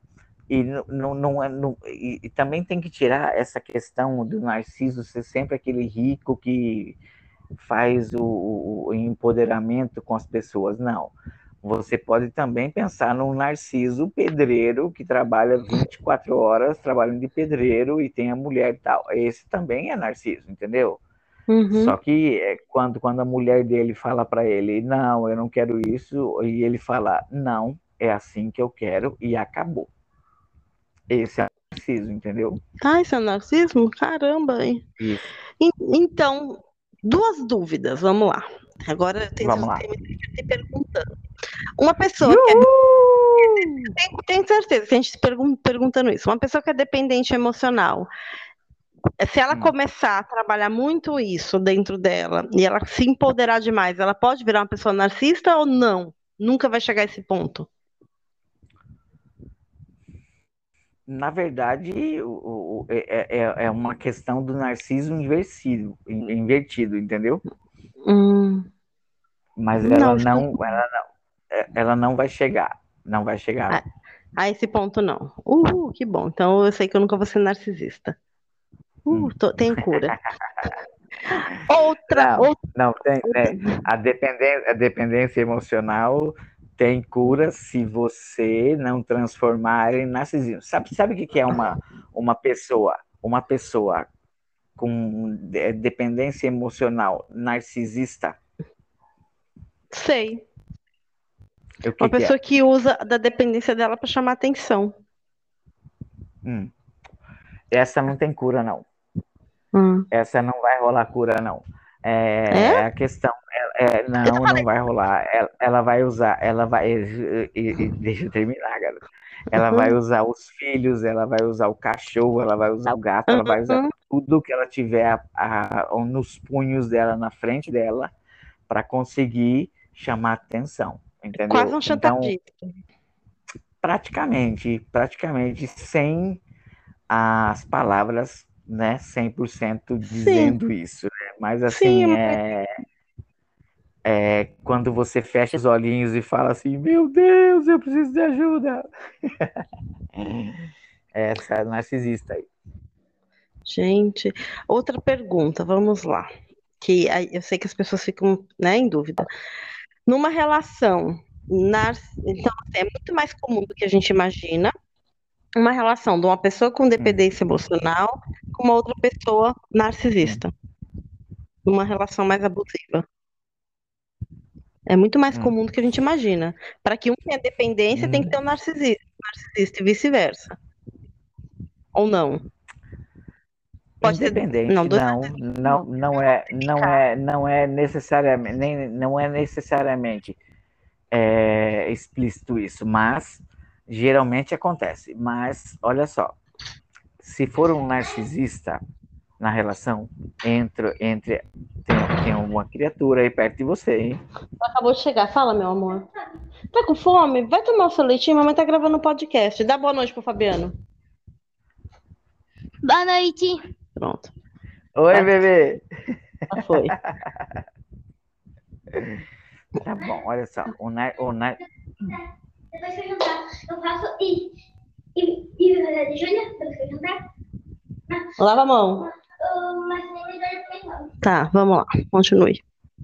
também tem que tirar essa questão do narciso ser sempre aquele rico que faz o empoderamento com as pessoas. Não. Você pode também pensar num narciso pedreiro que trabalha 24 horas trabalhando de pedreiro e tem a mulher e tal. Esse também é narciso, entendeu? Só que quando a mulher dele fala para ele, não, eu não quero isso, e ele fala, não, é assim que eu quero, e acabou. Esse é narciso, entendeu? Isso é narcismo? Caramba, hein? Isso. Então, duas dúvidas, vamos lá. Agora eu vamos lá. te perguntando. Uma pessoa que tenho certeza que a gente perguntando isso. Uma pessoa que é dependente emocional, se ela começar a trabalhar muito isso dentro dela e ela se empoderar demais, ela pode virar uma pessoa narcisista ou não? Nunca vai chegar a esse ponto. Na verdade, é uma questão do narciso invertido, entendeu? Mas ela não vai chegar. Não vai chegar. A esse ponto, não. Que bom. Então eu sei que eu nunca vou ser narcisista. Tenho cura. Não, tem. A dependência emocional tem cura se você não transformar em narcisismo. Sabe o que é uma pessoa com dependência emocional narcisista? Sei. O Uma que pessoa é? que usa da dependência dela para chamar atenção. Essa não tem cura, não. Hum. Essa não vai rolar cura, não. É? A questão Eu não, falei. não vai rolar. Ela vai usar, ela vai. Deixa eu terminar, garoto. Ela vai Uhum. usar os filhos, ela vai usar o cachorro, ela vai usar o gato, ela vai usar Uhum. tudo que ela tiver nos punhos dela, na frente dela, para conseguir chamar atenção, Quase entendeu? um Então, chantagista. praticamente sem as palavras, né, 100% Sim, dizendo isso, né? Mas sim, assim, quando você fecha os olhinhos e fala assim, meu Deus, eu preciso de ajuda. Essa é narcisista aí. gente. Outra pergunta, vamos lá. Que aí eu sei que as pessoas ficam, né, em dúvida. Numa relação, então assim, é muito mais comum do que a gente imagina, uma relação de uma pessoa com Hum, dependência emocional com uma outra pessoa hum, narcisista, numa relação mais abusiva. É muito mais hum. comum do que a gente imagina. Para que um tenha dependência, tem que ter um narcisista e vice-versa. Ou não? Pode ter. Não, Independente, dois não é necessariamente, nem, não é necessariamente explícito isso, mas geralmente acontece. Mas olha só, se for um narcisista na relação tem uma criatura aí perto de você, hein? acabou de chegar. Fala, meu amor. Tá com fome? Vai tomar o seu leitinho. Mamãe tá gravando um podcast. Dá boa noite pro Fabiano. Boa noite. Pronto. Oi, Vai, bebê. já foi. Tá bom, olha só. Depois que eu jantar, eu faço e vai fazer de Júlia, depois que eu jantar. Lava a mão. Mas nem melhor também não. Tá, vamos lá. Continue.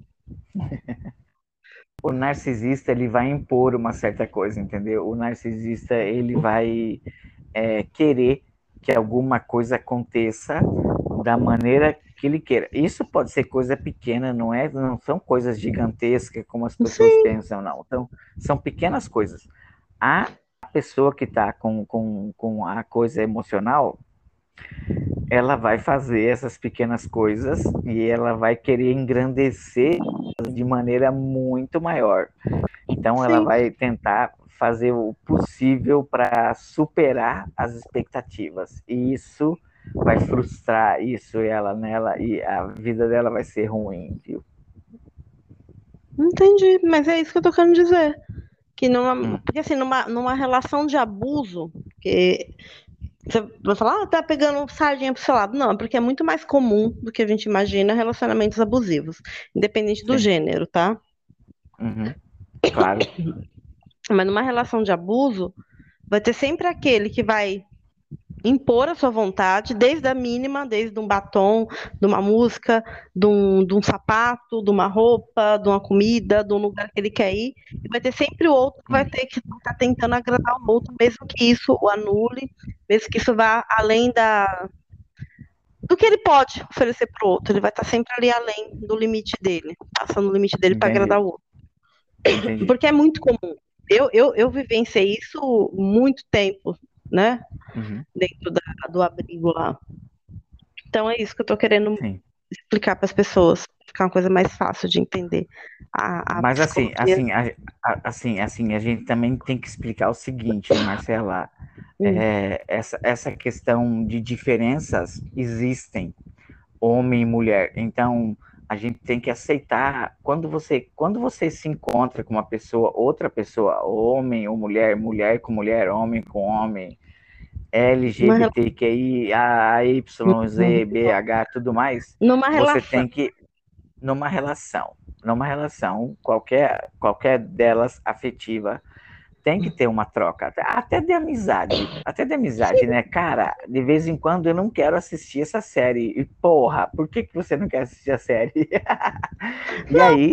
O narcisista, ele vai impor uma certa coisa, entendeu? O narcisista, ele vai querer que alguma coisa aconteça da maneira que ele queira. Isso pode ser coisa pequena, não são coisas gigantescas como as pessoas Sim. pensam, não. Então, são pequenas coisas. A pessoa que está com a coisa emocional, ela vai fazer essas pequenas coisas e ela vai querer engrandecer de maneira muito maior. Então, ela Sim. vai tentar fazer o possível para superar as expectativas. E isso vai frustrar ela nela e a vida dela vai ser ruim, viu? Entendi, mas é isso que eu tô querendo dizer. Porque assim, numa relação de abuso, que você vai falar, tá pegando sardinha pro seu lado. Não, é porque é muito mais comum do que a gente imagina relacionamentos abusivos, independente do Sim. gênero, tá? Uhum. Claro. Mas numa relação de abuso, vai ter sempre aquele que vai impor a sua vontade, desde a mínima, desde um batom, de uma música, de um sapato, de uma roupa, de uma comida, de um lugar que ele quer ir. E vai ter sempre o outro que vai ter que estar tentando agradar o outro, mesmo que isso o anule, mesmo que isso vá além do que ele pode oferecer para o outro. Ele vai estar sempre ali além do limite dele, passando o limite dele para Entendi. agradar o outro. Entendi. Porque é muito comum. Eu vivenciei isso muito tempo, né? Uhum. Dentro do abrigo lá. Então é isso que eu tô querendo Sim. explicar para as pessoas, ficar uma coisa mais fácil de entender. A Mas psicologia. assim, a gente também tem que explicar o seguinte, Marcela, essa questão de diferenças existem, homem e mulher. Então, a gente tem que aceitar quando você se encontra com uma pessoa, outra pessoa, homem ou mulher, mulher com mulher, homem com homem, LGBTQI, AYZ, BH, tudo mais, Numa você relação. tem que numa relação, qualquer delas afetiva, tem que ter uma troca, até de amizade, né? Cara, de vez em quando eu não quero assistir essa série. E, porra, por que você não quer assistir a série? E aí,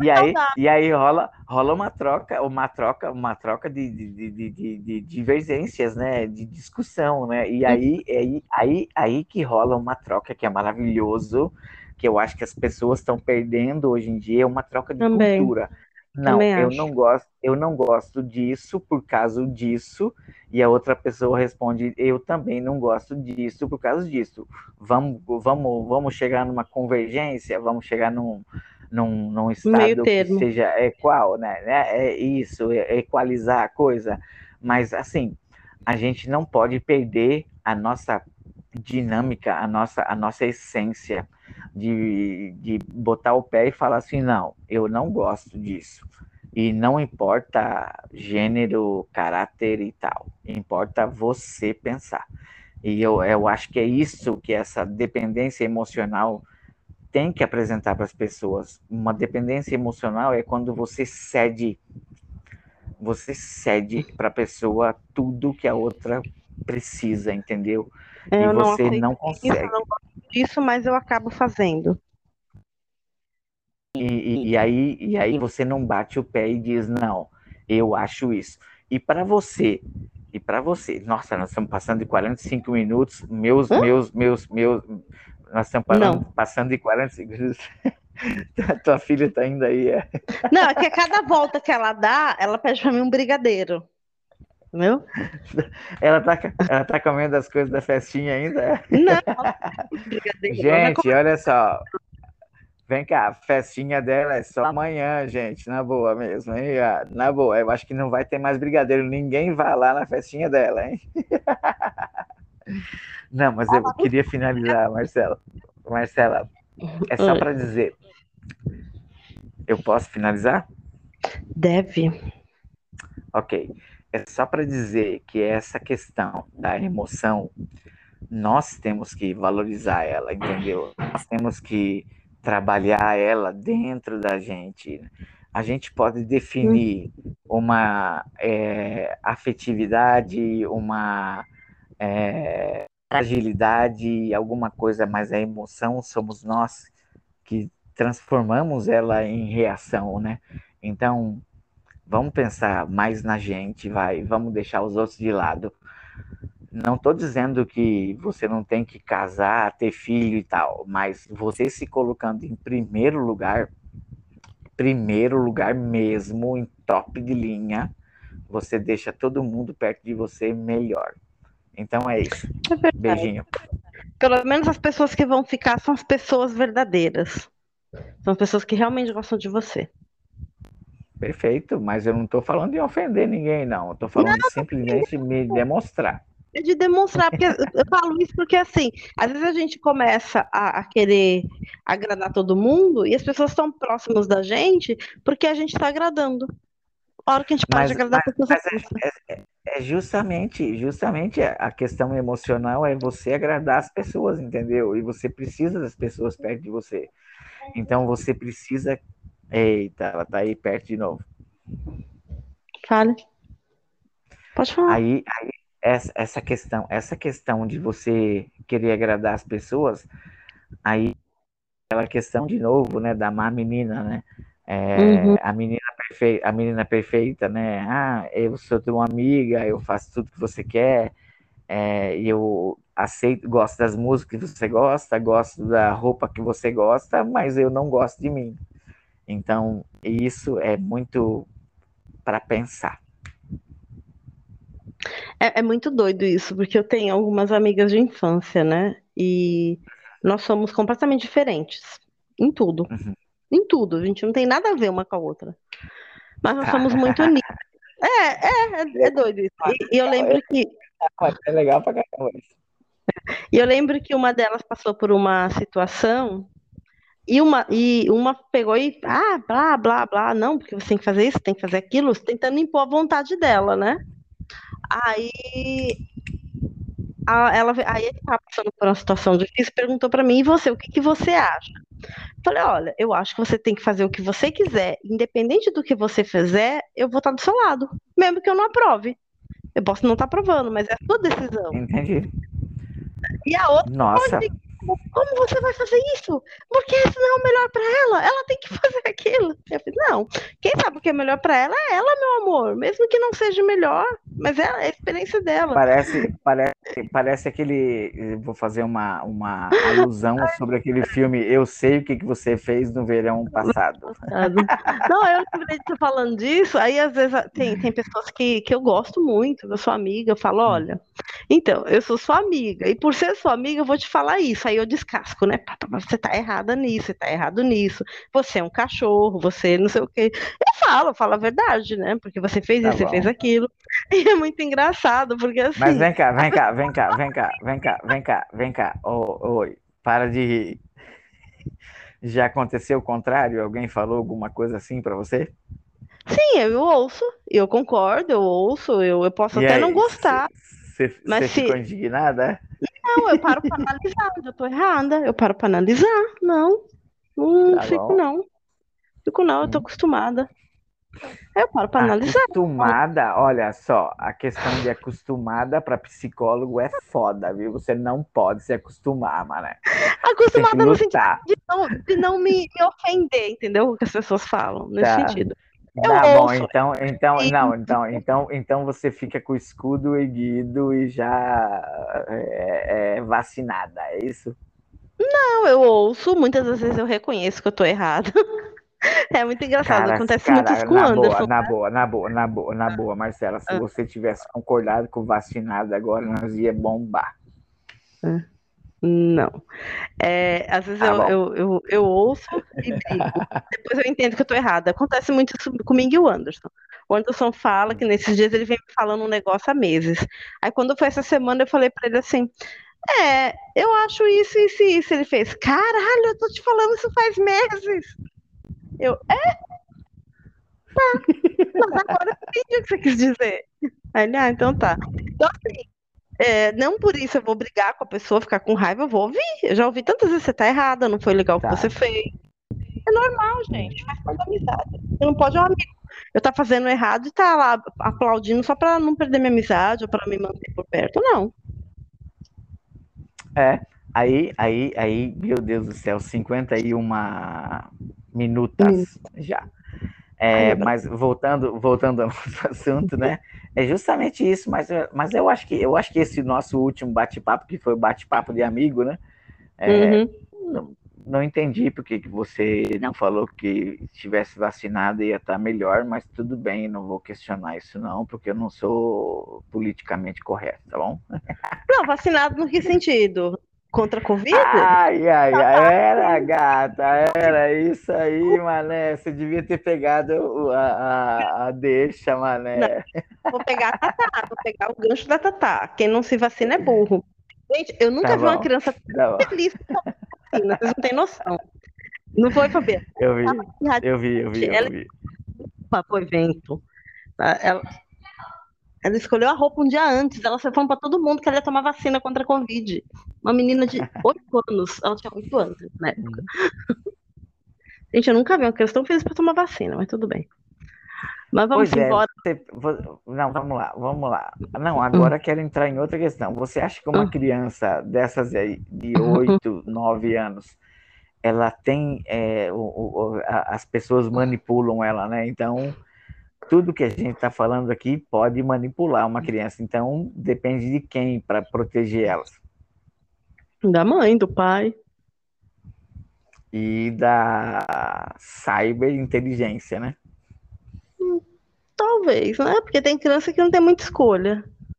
rola uma troca de divergências, né? De discussão, né? E aí que rola uma troca que é maravilhoso, que eu acho que as pessoas estão perdendo hoje em dia, é uma troca de Também, cultura. Não, também acho. eu não gosto disso por causa disso, e a outra pessoa responde, eu também não gosto disso por causa disso. Vamos chegar numa convergência, vamos chegar num Meio estado que termo. seja equal, né? É isso, equalizar a coisa. Mas, assim, a gente não pode perder a nossa dinâmica, a nossa essência de botar o pé e falar assim, não, eu não gosto disso. E não importa gênero, caráter e tal, importa você pensar. E eu acho que é isso que essa dependência emocional tem que apresentar para as pessoas. Uma dependência emocional é quando você cede para a pessoa tudo que a outra precisa, entendeu? E Eu não você aceito não isso, eu consegue. não gosto disso, mas eu acabo fazendo. E aí você não bate o pé e diz, não, eu acho isso. E para você, nossa, nós estamos passando de 45 minutos, Hã? nós estamos Não. passando de 45 minutos. Tua filha está indo aí, é? Não, é que a cada volta que ela dá, ela pede pra mim um brigadeiro. Entendeu? Ela tá comendo as coisas da festinha ainda, é? Não, brigadeiro. Ela vai Gente, olha só, vem cá, a festinha dela é só amanhã, gente, na boa mesmo, hein? Na boa, eu acho que não vai ter mais brigadeiro, ninguém vai lá na festinha dela, hein? Não, mas eu queria finalizar, Marcela. Marcela, é só para dizer, eu posso finalizar? Deve. Ok. É só para dizer que essa questão da emoção, nós temos que valorizar ela, entendeu? Nós temos que trabalhar ela dentro da gente. A gente pode definir uma afetividade, uma fragilidade, alguma coisa, mas a emoção somos nós que transformamos ela em reação, né? Então, vamos pensar mais na gente, vamos deixar os outros de lado. Não estou dizendo que você não tem que casar, ter filho e tal, mas você se colocando em primeiro lugar mesmo, em top de linha, você deixa todo mundo perto de você melhor. Então é isso. É verdade. Beijinho. Pelo menos as pessoas que vão ficar são as pessoas verdadeiras. São as pessoas que realmente gostam de você. Perfeito, mas eu não estou falando de ofender ninguém, não. Eu estou falando de simplesmente me demonstrar. É de demonstrar, porque eu falo isso porque assim, às vezes a gente começa a querer agradar todo mundo e as pessoas estão próximas da gente porque a gente está agradando. A hora que a gente para de Mas, agradar, mas, a pessoa mas cansa. é justamente a questão emocional é você agradar as pessoas, entendeu? E você precisa das pessoas perto de você. Então você precisa. Eita, ela tá aí perto de novo. Fale. Pode falar. Aí essa questão de você querer agradar as pessoas, aí aquela questão de novo, né, da má menina, né? Uhum. A menina perfeita, né? Ah, eu sou tua amiga, eu faço tudo que você quer, eu aceito, gosto das músicas que você gosta, gosto da roupa que você gosta, mas eu não gosto de mim. Então, isso é muito para pensar. É muito doido isso, porque eu tenho algumas amigas de infância, né? E nós somos completamente diferentes em tudo. Uhum. Em tudo. A gente não tem nada a ver uma com a outra. Mas nós somos muito Tá. unidas. É doido isso. E eu lembro que É legal pra caramba isso. uma delas passou por uma situação e uma pegou e blá, blá, blá, não, porque você tem que fazer isso, tem que fazer aquilo, tentando impor a vontade dela, né? Aí aí ela estava passando por uma situação difícil, perguntou para mim, e você, o que que você acha? Falei, olha, eu acho que você tem que fazer o que você quiser, independente do que você fizer, eu vou estar do seu lado, mesmo que eu não aprove. Eu posso não estar aprovando, mas é a sua decisão. Entendi. E a outra, Nossa, como você vai fazer isso? Porque isso não é o melhor para ela. Ela tem que fazer aquilo. Eu falei, não, quem sabe o que é melhor para ela é ela, meu amor. Mesmo que não seja melhor, mas é a experiência dela. parece aquele. Vou fazer uma alusão sobre aquele filme Eu Sei o que você fez no verão passado. Não, eu lembrei de você falando disso. Aí, às vezes, tem pessoas que eu gosto muito, eu sou amiga, eu falo, olha, então, eu sou sua amiga, e por ser sua amiga, eu vou te falar isso. Aí eu descasco, né? Você tá errada nisso, você tá errado nisso. Você é um cachorro, você não sei o quê. Eu falo a verdade, né? Porque você fez Tá isso, você fez bom. aquilo. E é muito engraçado, porque Mas assim, vem cá, vem cá, vem cá, vem cá, vem cá, vem cá, vem cá. Oi, para de rir. Já aconteceu o contrário? Alguém falou alguma coisa assim para você? sim, eu ouço, eu concordo, eu ouço, eu posso E até não aí, gostar, mas você ficou indignada? não, eu paro para analisar onde eu tô errada, eu paro para analisar. Não, não Tá fico bom. não. Fico não, eu tô Hum. acostumada. Aí eu paro para analisar. Acostumada, olha só, a questão de acostumada para psicólogo é foda, viu? Você não pode se acostumar, mané. Você tem que Acostumada no sentido lutar. de não me ofender, entendeu? O que as pessoas falam, nesse Tá. sentido. Eu Tá bom, ouço e então você fica com o escudo erguido e já é vacinada, é isso? não, eu ouço, muitas das vezes eu reconheço que eu tô errada. É muito engraçado, acontece muito isso Cara, com o Anderson. na boa, Marcela, se Ah, você tivesse concordado com vacinada agora, nós ia bombar. ah, não. É, às vezes Tá bom. eu ouço e brigo. Depois eu entendo que eu tô errada. Acontece muito isso comigo e o Anderson. O Anderson fala que nesses dias ele vem me falando um negócio há meses. Aí quando foi essa semana eu falei pra ele assim: eu acho isso, isso e isso. Ele fez: caralho, eu tô te falando isso faz meses. Eu, mas agora eu entendi o que você quis dizer. Aí ele, então tá. Então, assim, não por isso eu vou brigar com a pessoa, ficar com raiva, eu vou ouvir. Eu já ouvi tantas vezes: você tá errada, não foi legal o que você Tá. fez. É normal, gente, faz parte da amizade. Você não pode, um amigo, eu tá fazendo errado e tá lá aplaudindo só pra não perder minha amizade ou pra me manter por perto. Não. É, aí, meu Deus do céu, 51 minutas já. Ai, é Mas voltando ao nosso assunto, né? É justamente isso, mas eu acho que esse nosso último bate-papo, que foi o bate-papo de amigo, né? uhum. Não entendi porque que você não falou que estivesse vacinado ia estar melhor, mas tudo bem, não vou questionar isso não, porque eu não sou politicamente correto, tá bom? Não, vacinado no que sentido? Contra a Covid? Ai, ai, ai, era gata, era isso aí, mané. Você devia ter pegado a deixa, Não, mané. vou pegar a Tatá, vou pegar o gancho da Tatá. Quem não se vacina é burro. Gente, eu Tá nunca vi uma bom, criança tá tão bom. feliz com a vacina, vocês não têm noção. Não foi, Fabiana? Eu Ela vi, tava eu vi, eu vi, radiante, eu ela vi. foi pro evento. Tá? Ela escolheu a roupa um dia antes, ela foi falando pra todo mundo que ela ia tomar vacina contra a Covid. Uma menina de 8 anos, ela tinha 8 anos na época. Gente, eu nunca vi uma criança tão feliz pra tomar vacina, mas tudo bem. Mas vamos Pois é, embora. não, vamos lá, vamos lá. Não, Hum, agora quero entrar em outra questão. Você acha que uma hum, criança dessas aí, de hum. 8, 9 anos, ela tem, as pessoas manipulam ela, né? Então, tudo que a gente está falando aqui pode manipular uma criança. Então, depende de quem para proteger elas. Da mãe, do pai. E da cyberinteligência, né? Talvez, né? Porque tem criança que não tem muita escolha.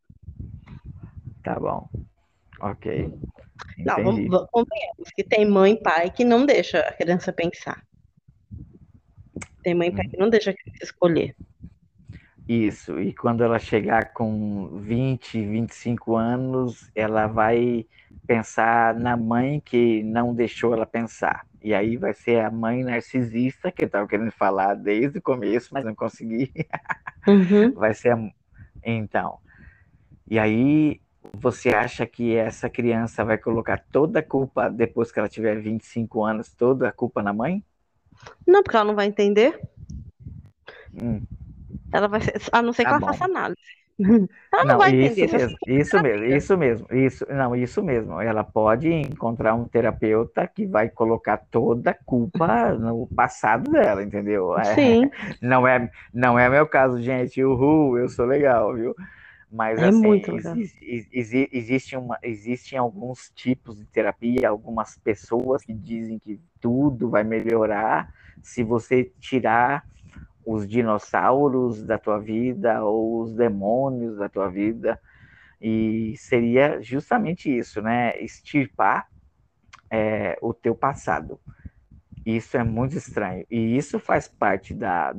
Tá bom, ok, Não, entendi. convenhamos que tem mãe e pai que não deixa a criança pensar. Tem mãe e pai que não deixa a criança escolher. Isso, e quando ela chegar com 20, 25 anos, ela vai pensar na mãe que não deixou ela pensar. E aí vai ser a mãe narcisista, que eu estava querendo falar desde o começo, mas não consegui. Uhum. Vai ser a... Então, e aí Você acha que essa criança vai colocar toda a culpa, depois que ela tiver 25 anos, toda a culpa na mãe? Não, porque ela não vai entender. Hum, Ela vai ser, a não ser que tá ela bom. faça análise. Ela não Não, vai isso entender. Se eu mesmo, isso mesmo, isso mesmo, isso mesmo. Ela pode encontrar um terapeuta que vai colocar toda a culpa no passado dela, entendeu? Sim, Não é meu caso, gente. Uhul, eu sou legal, viu? Mas é assim, muito legal. existem alguns tipos de terapia, algumas pessoas que dizem que tudo vai melhorar se você tirar os dinossauros da tua vida ou os demônios da tua vida. E seria justamente isso, né? Extirpar o teu passado. Isso é muito estranho. E isso faz parte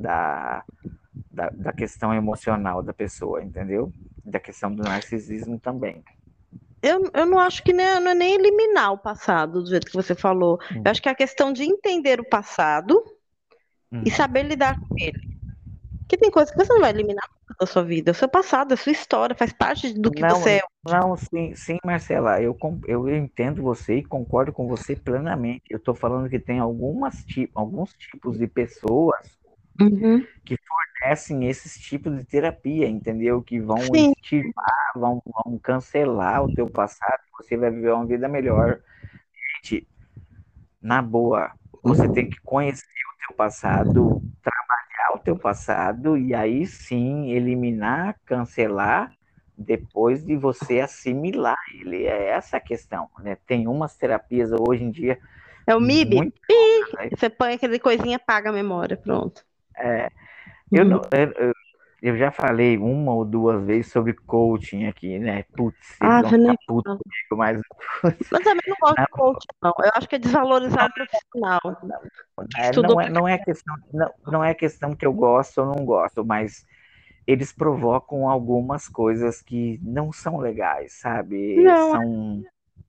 da questão emocional da pessoa, entendeu? Da questão do narcisismo também. Eu não acho que não é nem eliminar o passado, do jeito que você falou. Eu Hum, acho que é a questão de entender o passado e hum. saber lidar com ele. Porque tem coisas que você não vai eliminar da sua vida. É o seu passado, é a sua história, faz parte do que você Não, é. não, sim, Marcela, eu entendo você e concordo com você plenamente. Eu estou falando que tem alguns tipos de pessoas Uhum. que fornecem esses tipos de terapia, entendeu? Que vão Sim, extirpar, vão cancelar o teu passado, você vai viver uma vida melhor. Gente, na boa, você tem que conhecer o teu passado, trabalhar o teu passado e aí sim eliminar, cancelar depois de você assimilar ele. É essa a questão, né? Tem umas terapias hoje em dia é o MIB. muito, né? Você põe aquele coisinha, apaga a memória, pronto. Eu, Uhum. não, eu já falei uma ou duas vezes sobre coaching aqui, né? Putz, eles Ah, vão eu ficar nem putos falo. comigo, mas Mas também não gosto não, de coach, não. Eu acho que é desvalorizar o profissional que estudou. não é questão que eu gosto ou não gosto, mas eles provocam algumas coisas que não são legais, sabe? Não, São.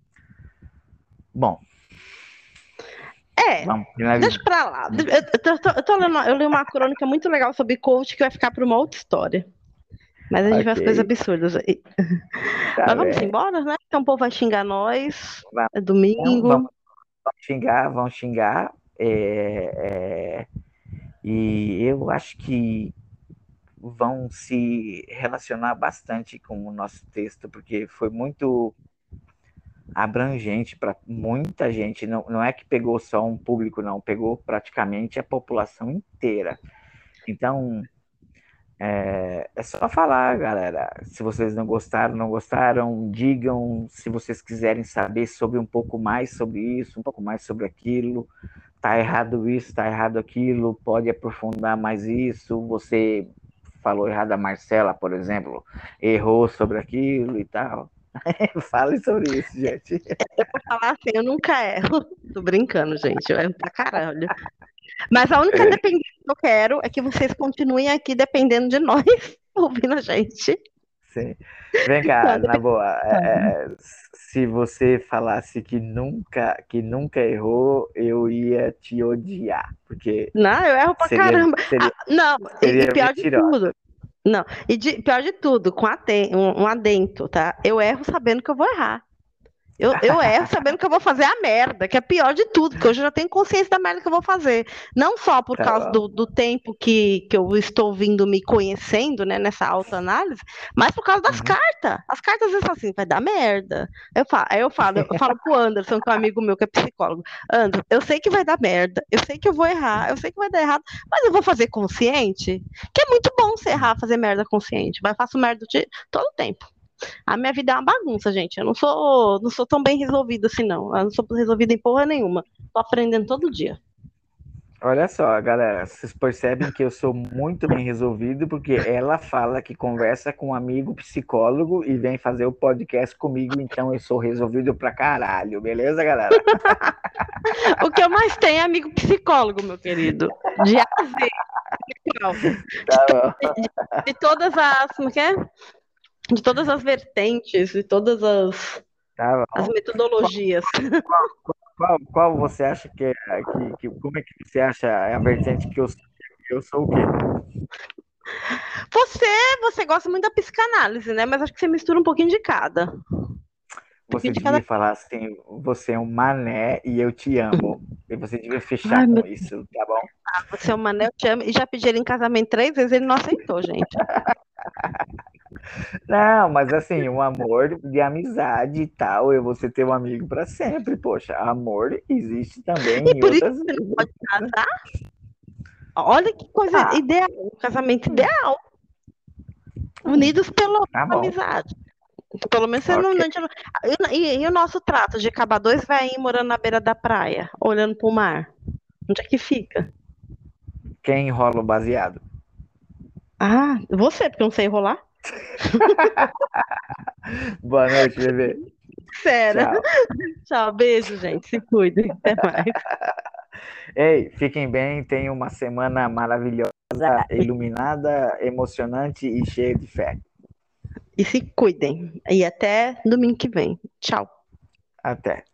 Bom, é. vamos Deixa finalizar. pra lá. Eu li uma crônica muito legal sobre coach que vai ficar para uma outra história. Mas a gente faz coisas Ok, absurdas aí. tá Mas vamos bem. embora, né? Então o povo vai xingar nós. Vamos, É não, domingo. vão xingar. E eu acho que vão se relacionar bastante com o nosso texto, porque foi muito abrangente para muita gente. Não, não é que pegou só um público, não, pegou praticamente a população inteira. Então, é só falar, galera. Se vocês não gostaram, não gostaram, digam. Se vocês quiserem saber sobre um pouco mais sobre isso, um pouco mais sobre aquilo, tá errado isso, tá errado aquilo, pode aprofundar mais isso. Você falou errado a Marcela, por exemplo, errou sobre aquilo e tal. Fale sobre isso, gente. Vou falar assim, eu nunca erro. Tô brincando, gente. Eu erro pra caralho. Mas a única dependência que eu quero é que vocês continuem aqui dependendo de nós, ouvindo a gente. Sim. Vem Não, cá, na depende. boa, se você falasse que nunca errou, eu ia te odiar, porque Não, eu erro pra seria, caramba. seria, Não, e seria pior de mentirosa. tudo. Não, pior de tudo, com um adento, tá? Eu erro sabendo que eu vou errar. Eu erro sabendo que eu vou fazer a merda, que é pior de tudo, porque hoje eu já tenho consciência da merda que eu vou fazer. Não só por Tá causa bom. do tempo que eu estou vindo me conhecendo, né, nessa autoanálise, mas por causa das Uhum. cartas. As cartas às vezes são assim, vai dar merda. Eu falo pro Anderson, que é um amigo meu que é psicólogo. Anderson, eu sei que vai dar merda, eu sei que eu vou errar, eu sei que vai dar errado, mas eu vou fazer consciente, que é muito bom você errar, fazer merda consciente. Mas eu faço merda todo o tempo. A minha vida é uma bagunça, gente. Eu não sou tão bem resolvida assim, não. Eu não sou resolvida em porra nenhuma. Tô aprendendo todo dia. Olha só, galera, vocês percebem que eu sou muito bem resolvido porque ela fala que conversa com um amigo psicólogo e vem fazer o podcast comigo, então eu sou resolvido pra caralho, beleza, galera? O que eu mais tenho é amigo psicólogo, meu querido. De A a Z. Tá bom, De todas as. Como é que é? De todas as vertentes, de todas tá as bom. metodologias. Qual você acha como é que você acha a vertente que eu sou o quê? Você gosta muito da psicanálise, né? Mas acho que você mistura um pouquinho de cada. Você De cada... devia falar assim, você é um mané e eu te amo. E você devia fechar Ai, meu com Deus, isso, tá bom? você é um mané, eu te amo. E já pedi ele em casamento 3 vezes, ele não aceitou, gente. Não, mas assim, um amor de amizade e tal, eu vou ser teu amigo para sempre, poxa. Amor existe também E em por isso outras que você não vidas. pode casar? Olha que coisa Ah, ideal, um casamento ideal, unidos pela tá bom. amizade. Pelo menos você não. Ok. E o nosso trato de acabar dois velhinhos morando na beira da praia, olhando pro mar? Onde é que fica? Quem enrola o baseado? Ah, você, porque eu não sei enrolar. Boa noite, bebê. Sério. Tchau. Tchau, beijo, gente. Se cuidem. Até mais. Ei, fiquem bem, tenham uma semana maravilhosa, iluminada, emocionante e cheia de fé. E se cuidem. E até domingo que vem. Tchau. Até.